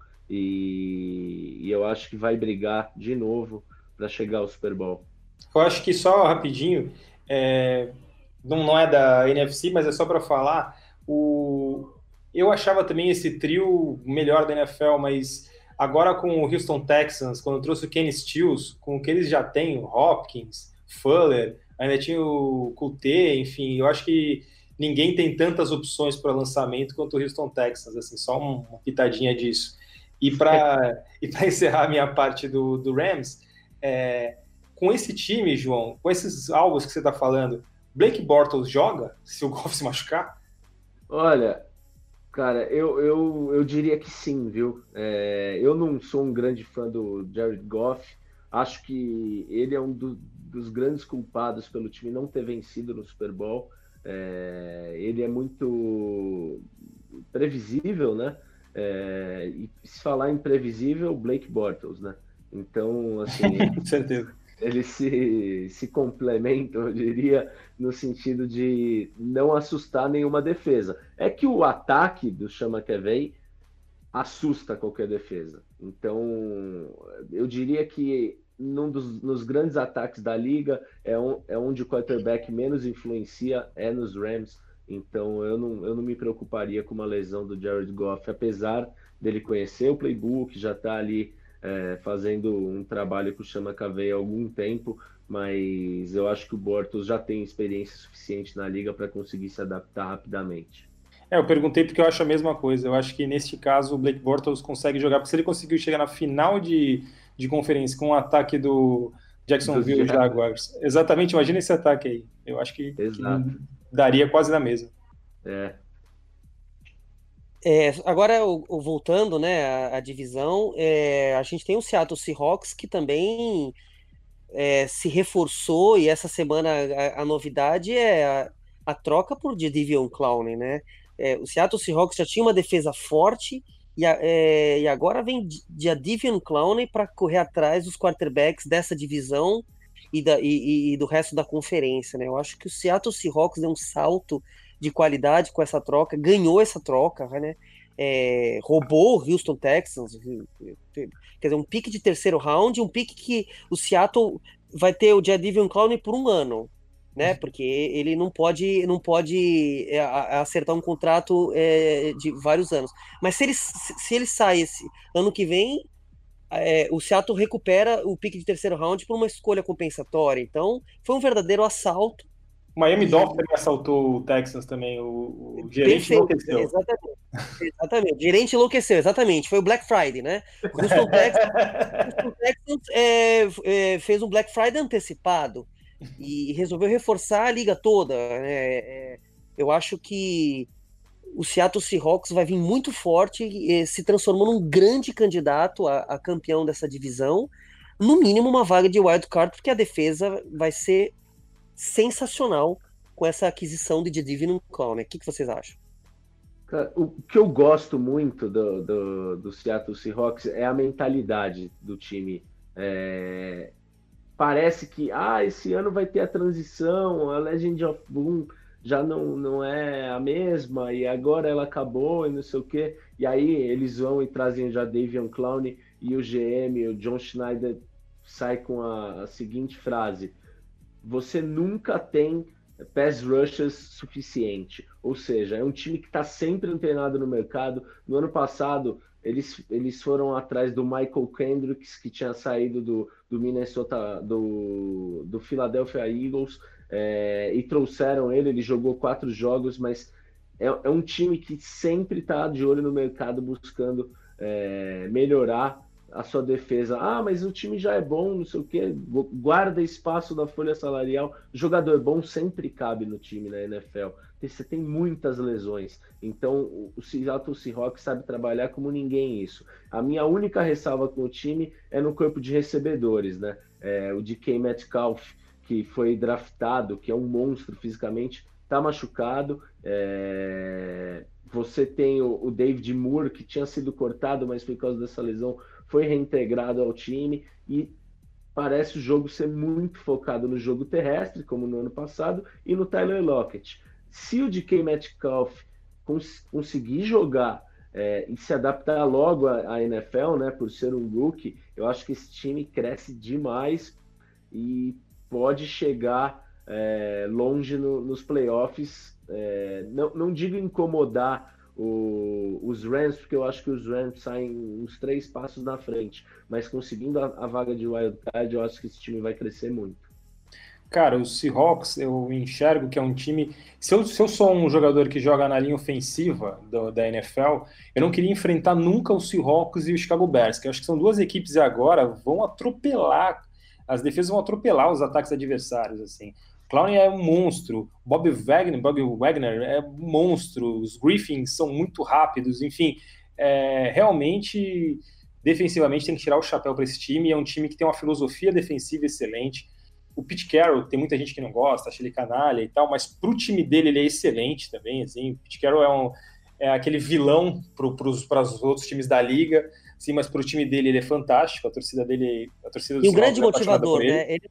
C: e, e eu acho que vai brigar de novo para chegar ao Super Bowl.
B: Eu acho que só rapidinho, é, não, não é da N F C, mas é só para falar, o, eu achava também esse trio melhor da N F L, mas agora com o Houston Texans, quando trouxe o Kenny Stills, com o que eles já têm, o Hopkins, Fuller, ainda tinha o Couté, enfim, eu acho que ninguém tem tantas opções para lançamento quanto o Houston Texans, assim, só uma pitadinha disso. E para e para encerrar a minha parte do, do Rams, é, com esse time, João, com esses alvos que você está falando, Blake Bortles joga se o Goff se machucar?
C: Olha, Cara, eu, eu, eu diria que sim, viu? É, eu não sou um grande fã do Jared Goff. Acho que ele é um do, dos grandes culpados pelo time não ter vencido no Super Bowl. É, ele é muito previsível, né? É, e se falar em previsível, Blake Bortles, né? Então, assim,
B: Com certeza.
C: eles se, se complementam, eu diria, no sentido de não assustar nenhuma defesa. É que o ataque do Sean McVay assusta qualquer defesa. Então, eu diria que num dos, nos grandes ataques da liga é, um, é onde o quarterback menos influencia, é nos Rams. Então, eu não, eu não me preocuparia com uma lesão do Jared Goff, apesar dele conhecer o playbook, já está ali é, fazendo um trabalho com o Sean McVay há algum tempo, mas eu acho que o Bortles já tem experiência suficiente na liga para conseguir se adaptar rapidamente.
B: É, eu perguntei porque eu acho a mesma coisa. Eu acho que neste caso o Blake Bortles consegue jogar, porque se ele conseguiu chegar na final de, de conferência com o ataque do Jacksonville Jaguars, exatamente, imagina esse ataque aí. Eu acho que, que daria quase na mesma.
C: É.
D: É, agora, o, o, voltando, né, à, à divisão, é, a gente tem o Seattle Seahawks, que também é, se reforçou, e essa semana a, a novidade é a, a troca por Jadeveon Clowney, né? É, o Seattle Seahawks já tinha uma defesa forte, e, a, é, e agora vem Jadeveon Clowney para correr atrás dos quarterbacks dessa divisão e, da, e, e do resto da conferência, né? Eu acho que o Seattle Seahawks deu um salto de qualidade com essa troca, ganhou essa troca, né? É, roubou o Houston Texans, quer dizer, um pique de terceiro round, um pique que o Seattle vai ter o Jadeveon Clowney por um ano, né? Porque ele não pode, não pode é, acertar um contrato é, de vários anos. Mas se ele, se ele sai esse ano que vem, é, o Seattle recupera o pique de terceiro round por uma escolha compensatória. Então, foi um verdadeiro assalto.
B: O Miami Dolphins também assaltou o Texans também, o, o gerente Perfeito, enlouqueceu.
D: Exatamente, exatamente, o gerente enlouqueceu, exatamente, foi o Black Friday, né? O Houston Texans, o Texans é, é, fez um Black Friday antecipado e resolveu reforçar a liga toda, né? É, eu acho que o Seattle Seahawks vai vir muito forte, e se transformou num grande candidato a, a campeão dessa divisão, no mínimo uma vaga de wild card, porque a defesa vai ser sensacional com essa aquisição de Jadeveon Clowney. O que, que vocês acham?
C: O que eu gosto muito do, do, do Seattle Seahawks é a mentalidade do time. É... Parece que ah, esse ano vai ter a transição, a Legend of Boom já não, não é a mesma, e agora ela acabou e não sei o quê. E aí eles vão e trazem o Jadeveon Clowney e o G M, o John Schneider, sai com a, a seguinte frase: você nunca tem pass rushers suficiente. Ou seja, é um time que está sempre antenado no mercado. No ano passado, eles, eles foram atrás do Michael Kendricks, que tinha saído do, do Minnesota, do, do Philadelphia Eagles, é, e trouxeram ele. Ele jogou quatro jogos, mas é, é um time que sempre está de olho no mercado, buscando é, melhorar a sua defesa. Ah, mas o time já é bom, não sei o quê, guarda espaço da folha salarial. Jogador bom sempre cabe no time na N F L. Você tem muitas lesões. Então, o Seattle Seahawks sabe trabalhar como ninguém isso. A minha única ressalva com o time é no corpo de recebedores, né? É, o D K Metcalf, que foi draftado, que é um monstro fisicamente, tá machucado. É... Você tem o, o David Moore, que tinha sido cortado, mas por causa dessa lesão foi reintegrado ao time, e parece o jogo ser muito focado no jogo terrestre, como no ano passado, e no Tyler Lockett. Se o D K Metcalf cons- conseguir jogar é, e se adaptar logo à, à N F L, né, por ser um rookie, eu acho que esse time cresce demais e pode chegar é, longe no, nos playoffs. É, não, não digo incomodar O, os Rams, porque eu acho que os Rams saem uns três passos na frente, mas conseguindo a, a vaga de wildcard, eu acho que esse time vai crescer muito.
B: Cara, o Seahawks, eu enxergo que é um time... Se eu, se eu sou um jogador que joga na linha ofensiva do, da N F L, eu não queria enfrentar nunca o Seahawks e o Chicago Bears, que eu acho que são duas equipes agora vão atropelar, as defesas vão atropelar os ataques adversários, assim. Clowney é um monstro, Bob Wagner, Bob Wagner é um monstro, os Griffins são muito rápidos, enfim, é, realmente, defensivamente tem que tirar o chapéu para esse time, é um time que tem uma filosofia defensiva excelente. O Pete Carroll, tem muita gente que não gosta, acha ele canalha e tal, mas pro time dele ele é excelente também, assim, o Pete Carroll é, um, é aquele vilão para os outros times da liga, sim, mas pro time dele ele é fantástico, a torcida dele, a torcida do
D: E um grande
B: Seahawks é apaixonada
D: motivador,
B: por ele.
D: né? Ele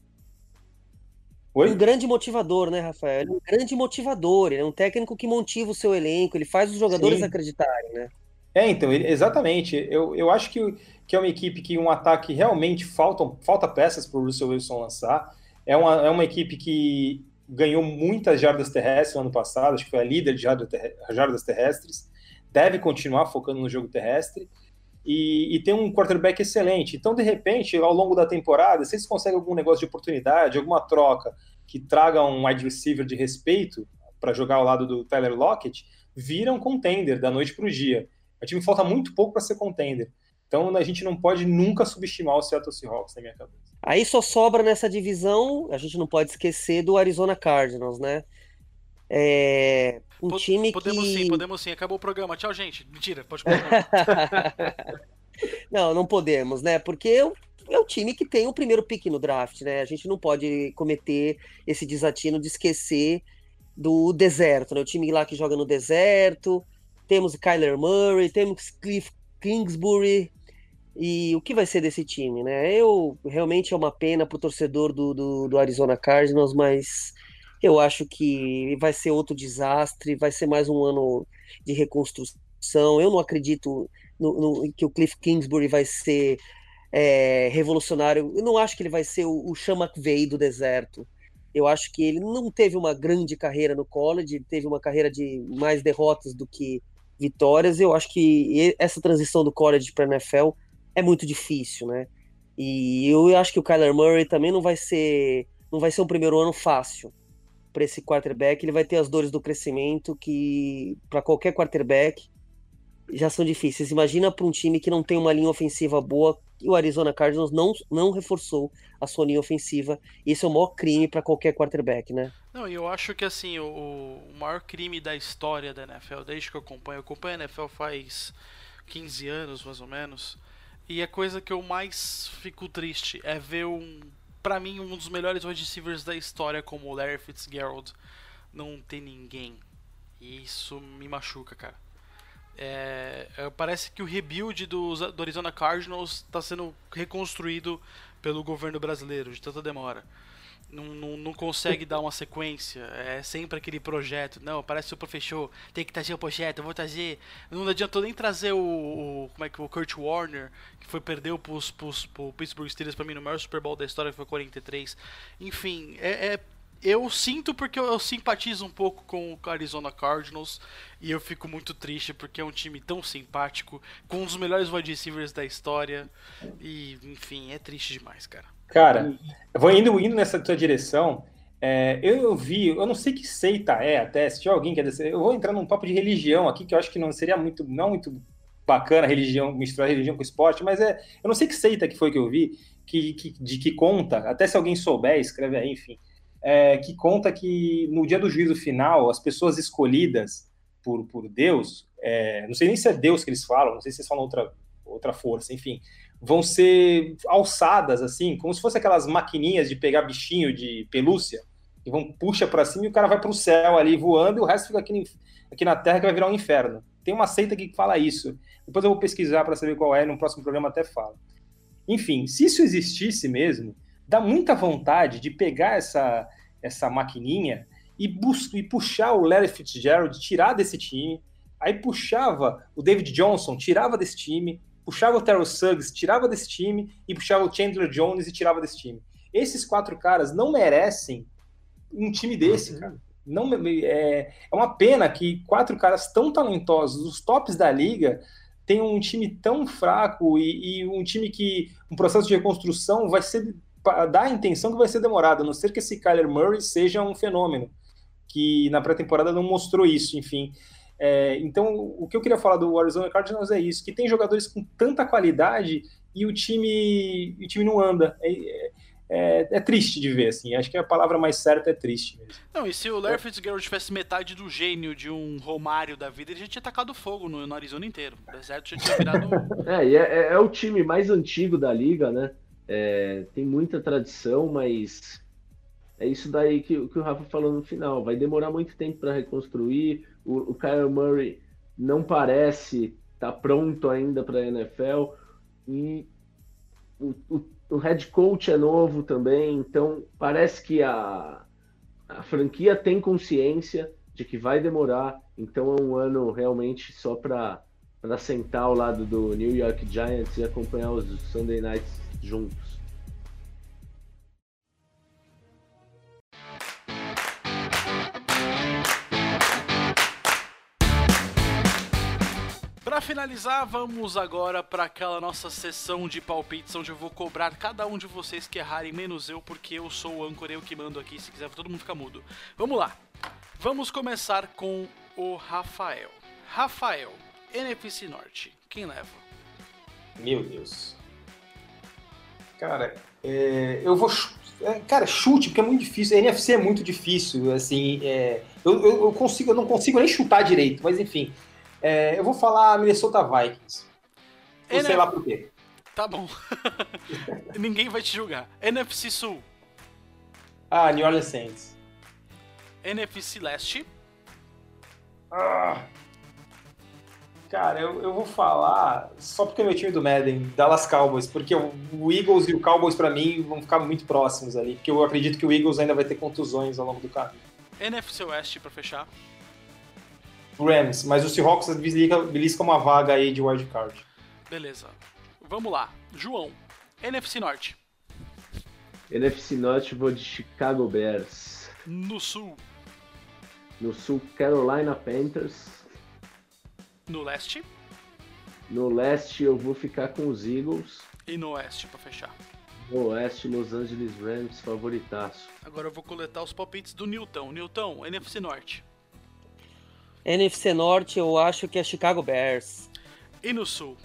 B: Oi?
D: Um grande motivador, né, Rafael? Ele é um grande motivador, ele é um técnico que motiva o seu elenco, ele faz os jogadores
B: Sim.
D: acreditarem, né?
B: É, então, ele- exatamente. Eu, eu acho que, que é uma equipe que um ataque realmente faltam, falta peças para o Russell Wilson lançar. É uma, é uma equipe que ganhou muitas jardas terrestres no ano passado, acho que foi a líder de jardas terre- jardas terrestres. Deve continuar focando no jogo terrestre. E, e tem um quarterback excelente. Então, de repente, ao longo da temporada, se eles conseguem algum negócio de oportunidade, alguma troca que traga um wide receiver de respeito para jogar ao lado do Tyler Lockett, vira um contender da noite para o dia. O time falta muito pouco para ser contender. Então, a gente não pode nunca subestimar o Seattle Seahawks, na minha cabeça.
D: Aí só sobra nessa divisão, a gente não pode esquecer do Arizona Cardinals, né? É um
A: Po-
D: time
A: podemos
D: que...
A: sim, podemos sim. Acabou o programa. Tchau, gente. Mentira, pode continuar.
D: Não, não podemos, né? Porque é o, é o time que tem o primeiro pick no draft, né? A gente não pode cometer esse desatino de esquecer do deserto, né? O time lá que joga no deserto, temos Kyler Murray, temos Cliff Kingsbury, e o que vai ser desse time, né? Eu realmente é uma pena pro torcedor do, do, do Arizona Cardinals, mas eu acho que vai ser outro desastre, vai ser mais um ano de reconstrução. Eu não acredito no, no- que o Cliff Kingsbury vai ser é, revolucionário. Eu não acho que ele vai ser o, o Sean McVay do deserto. Eu acho que ele não teve uma grande carreira no college, ele teve uma carreira de mais derrotas do que vitórias. Eu acho que e- essa transição do college para a N F L é muito difícil, né? E eu acho que o Kyler Murray também não vai ser, não vai ser um primeiro ano fácil para esse quarterback. Ele vai ter as dores do crescimento que para qualquer quarterback já são difíceis. Imagina para um time que não tem uma linha ofensiva boa, e o Arizona Cardinals não, não reforçou a sua linha ofensiva. Isso é o maior crime para qualquer quarterback, né?
A: Não, e eu acho que assim, o, o maior crime da história da N F L, desde que eu acompanho, eu acompanho a N F L faz quinze anos, mais ou menos, e a coisa que eu mais fico triste é ver um, pra mim, um dos melhores wide receivers da história, como o Larry Fitzgerald, não ter ninguém. E isso me machuca, cara. É, é, parece que o rebuild do, do Arizona Cardinals está sendo reconstruído pelo governo brasileiro, de tanta demora. Não, não, não consegue dar uma sequência, é sempre aquele projeto. Não, parece que o fechou, tem que trazer o projeto, eu vou trazer. Não adiantou nem trazer o, o como é que o Kurt Warner, que foi perdeu pros, pros, pro Pittsburgh Steelers pra mim no maior Super Bowl da história, que foi quarenta e três. Enfim, é, é eu sinto porque eu, eu simpatizo um pouco com o Arizona Cardinals e eu fico muito triste porque é um time tão simpático, com um dos melhores wide receivers da história e, enfim, é triste demais, cara.
B: Cara, eu vou indo, indo nessa tua direção. É, eu, eu vi, eu não sei que seita é até, se tiver alguém que é desse, eu vou entrar num papo de religião aqui, que eu acho que não seria muito, não muito bacana religião, misturar religião com esporte, mas é, eu não sei que seita que foi que eu vi, que, que, de que conta, até se alguém souber, escreve aí, enfim, é, que conta que no dia do juízo final, as pessoas escolhidas por, por Deus, é, não sei nem se é Deus que eles falam, não sei se eles falam outra, outra força, enfim, vão ser alçadas, assim, como se fosse aquelas maquininhas de pegar bichinho de pelúcia, que vão, puxa para cima e o cara vai para o céu ali voando e o resto fica aqui, aqui na Terra que vai virar um inferno. Tem uma seita que fala isso. Depois eu vou pesquisar para saber qual é, no próximo programa até falo. Enfim, se isso existisse mesmo, dá muita vontade de pegar essa, essa maquininha e, bus- e puxar o Larry Fitzgerald, tirar desse time, aí puxava o David Johnson, tirava desse time, puxava o Terrell Suggs, tirava desse time, e puxava o Chandler Jones e tirava desse time. Esses quatro caras não merecem um time desse, cara. Não, é, é uma pena que quatro caras tão talentosos, os tops da liga, tenham um time tão fraco e, e um time que um processo de reconstrução vai ser, dá a intenção que vai ser demorado, a não ser que esse Kyler Murray seja um fenômeno, que na pré-temporada não mostrou isso, enfim. É, então, o que eu queria falar do Arizona Cardinals é isso, que tem jogadores com tanta qualidade e o time, o time não anda. É, é, é triste de ver, assim. Acho que a palavra mais certa é triste mesmo.
A: Não, e se o Larry Fitzgerald tivesse metade do gênio de um Romário da vida, ele já tinha tacado fogo no, no Arizona inteiro. O deserto já tinha virado...
C: É, e é, é o time mais antigo da liga, né? É, tem muita tradição, mas é isso daí que, que o Rafa falou no final. Vai demorar muito tempo para reconstruir. O, o Kyler Murray não parece estar tá pronto ainda para a N F L. E o, o, o head coach é novo também. Então parece que a, a franquia tem consciência de que vai demorar. Então é um ano realmente só para para sentar ao lado do New York Giants e acompanhar os Sunday Nights juntos.
A: Para finalizar, vamos agora para aquela nossa sessão de palpites, onde eu vou cobrar cada um de vocês que errarem, menos eu, porque eu sou o âncora, eu que mando aqui, se quiser todo mundo fica mudo. Vamos lá. Vamos começar com o Rafael. Rafael, N F C Norte, quem leva?
B: Meu Deus. Cara, é, eu vou... É, cara, chute, porque é muito difícil. A N F C é muito difícil, assim... É, eu, eu, eu, consigo, eu não consigo nem chutar direito, mas enfim... É, eu vou falar Minnesota Vikings. Não sei lá por quê.
A: Tá bom. Ninguém vai te julgar. N F C Sul.
B: Ah, New Orleans Saints.
A: N F C Leste.
B: Ah. Cara, eu, eu vou falar só porque é meu time do Madden, Dallas Cowboys, porque o, o Eagles e o Cowboys pra mim vão ficar muito próximos ali, porque eu acredito que o Eagles ainda vai ter contusões ao longo do caminho.
A: N F C Oeste pra fechar.
B: Rams, mas o Seahawks belisca uma vaga aí de wildcard.
A: Beleza. Vamos lá. João, N F C Norte.
C: N F C Norte, vou de Chicago Bears.
A: No Sul.
C: No Sul, Carolina Panthers.
A: No Leste.
C: No Leste, eu vou ficar com os Eagles.
A: E no Oeste, pra fechar.
C: No Oeste, Los Angeles Rams, favoritaço.
A: Agora eu vou coletar os palpites do Newton. Newton, N F C Norte.
D: N F C Norte, eu acho que é Chicago Bears.
A: E no Sul?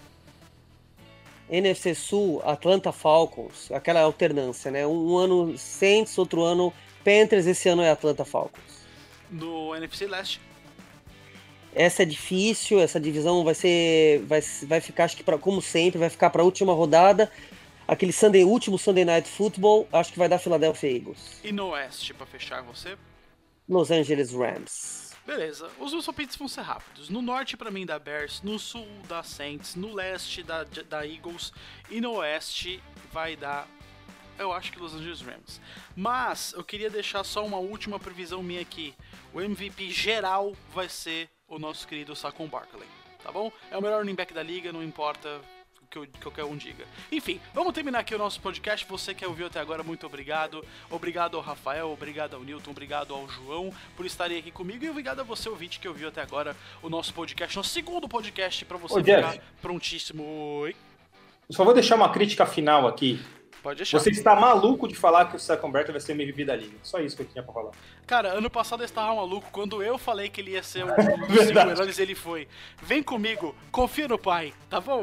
D: N F C Sul, Atlanta Falcons. Aquela alternância, né? Um ano Saints, outro ano Panthers, esse ano é Atlanta Falcons.
A: No N F C Leste?
D: Essa é difícil, essa divisão vai ser... Vai, vai ficar, acho que pra, como sempre, vai ficar para a última rodada. Aquele Sunday, último Sunday Night Football, acho que vai dar Philadelphia Eagles.
A: E no Oeste, pra fechar você?
D: Los Angeles Rams.
A: Beleza, os meus palpites vão ser rápidos. No norte, pra mim, da Bears. No sul, da Saints. No leste, da, da Eagles. E no oeste, vai dar... Eu acho que Los Angeles Rams. Mas, eu queria deixar só uma última previsão minha aqui. O M V P geral vai ser o nosso querido Saquon Barkley. Tá bom? É o melhor running back da liga, não importa... Que, eu, que qualquer um diga. Enfim, vamos terminar aqui o nosso podcast. Você que ouviu até agora, muito obrigado. Obrigado ao Rafael, obrigado ao Newton, obrigado ao João por estarem aqui comigo. E obrigado a você, ouvinte, que ouviu até agora o nosso podcast, nosso segundo podcast, para você
B: Ô,
A: ficar
B: Jeff,
A: prontíssimo. Oi.
B: Eu só vou deixar uma crítica final aqui.
A: Pode deixar.
B: Você está maluco de falar que o Saquon Barkley vai ser o M V P da liga. Só isso que eu tinha pra falar.
A: Cara, ano passado eu estava maluco. Quando eu falei que ele ia ser o dos cinco melhores, ele foi. Vem comigo, confia no pai, tá bom?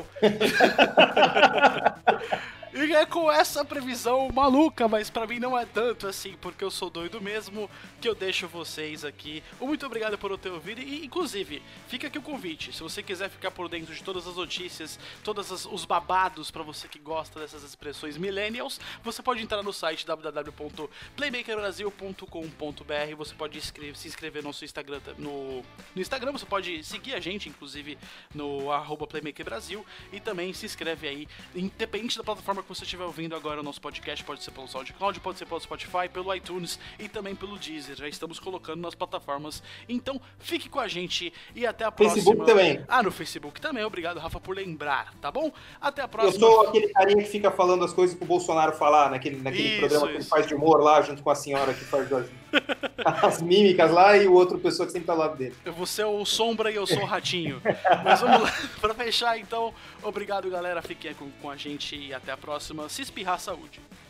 A: E é com essa previsão maluca, mas pra mim não é tanto assim, porque eu sou doido mesmo, que eu deixo vocês aqui. Muito obrigado por ter ouvido e, inclusive, fica aqui o convite. Se você quiser ficar por dentro de todas as notícias, todos os babados pra você que gosta dessas expressões millennials, você pode entrar no site w w w ponto playmaker brasil ponto com ponto b r. Você pode inscrever, se inscrever no nosso Instagram, no, no Instagram, você pode seguir a gente, inclusive, no arroba playmakerbrasil, e também se inscreve aí, independente da plataforma que você estiver ouvindo agora o nosso podcast, pode ser pelo SoundCloud, pode ser pelo Spotify, pelo iTunes e também pelo Deezer. Já estamos colocando nas plataformas. Então, fique com a gente e até a próxima.
B: Facebook também.
A: Ah, no Facebook também. Obrigado, Rafa, por lembrar, tá bom? Até a próxima.
B: Eu sou aquele carinha que fica falando as coisas pro Bolsonaro falar, naquele, naquele
A: Isso,
B: programa que
A: isso.
B: ele faz de humor lá, junto com a senhora que faz as, as mímicas lá e o outro pessoa que sempre tá ao lado dele.
A: Você é o Sombra e eu sou o Ratinho. Mas vamos lá, pra fechar então. Obrigado, galera. Fiquem com, com a gente e até a próxima. Se espirrar, saúde.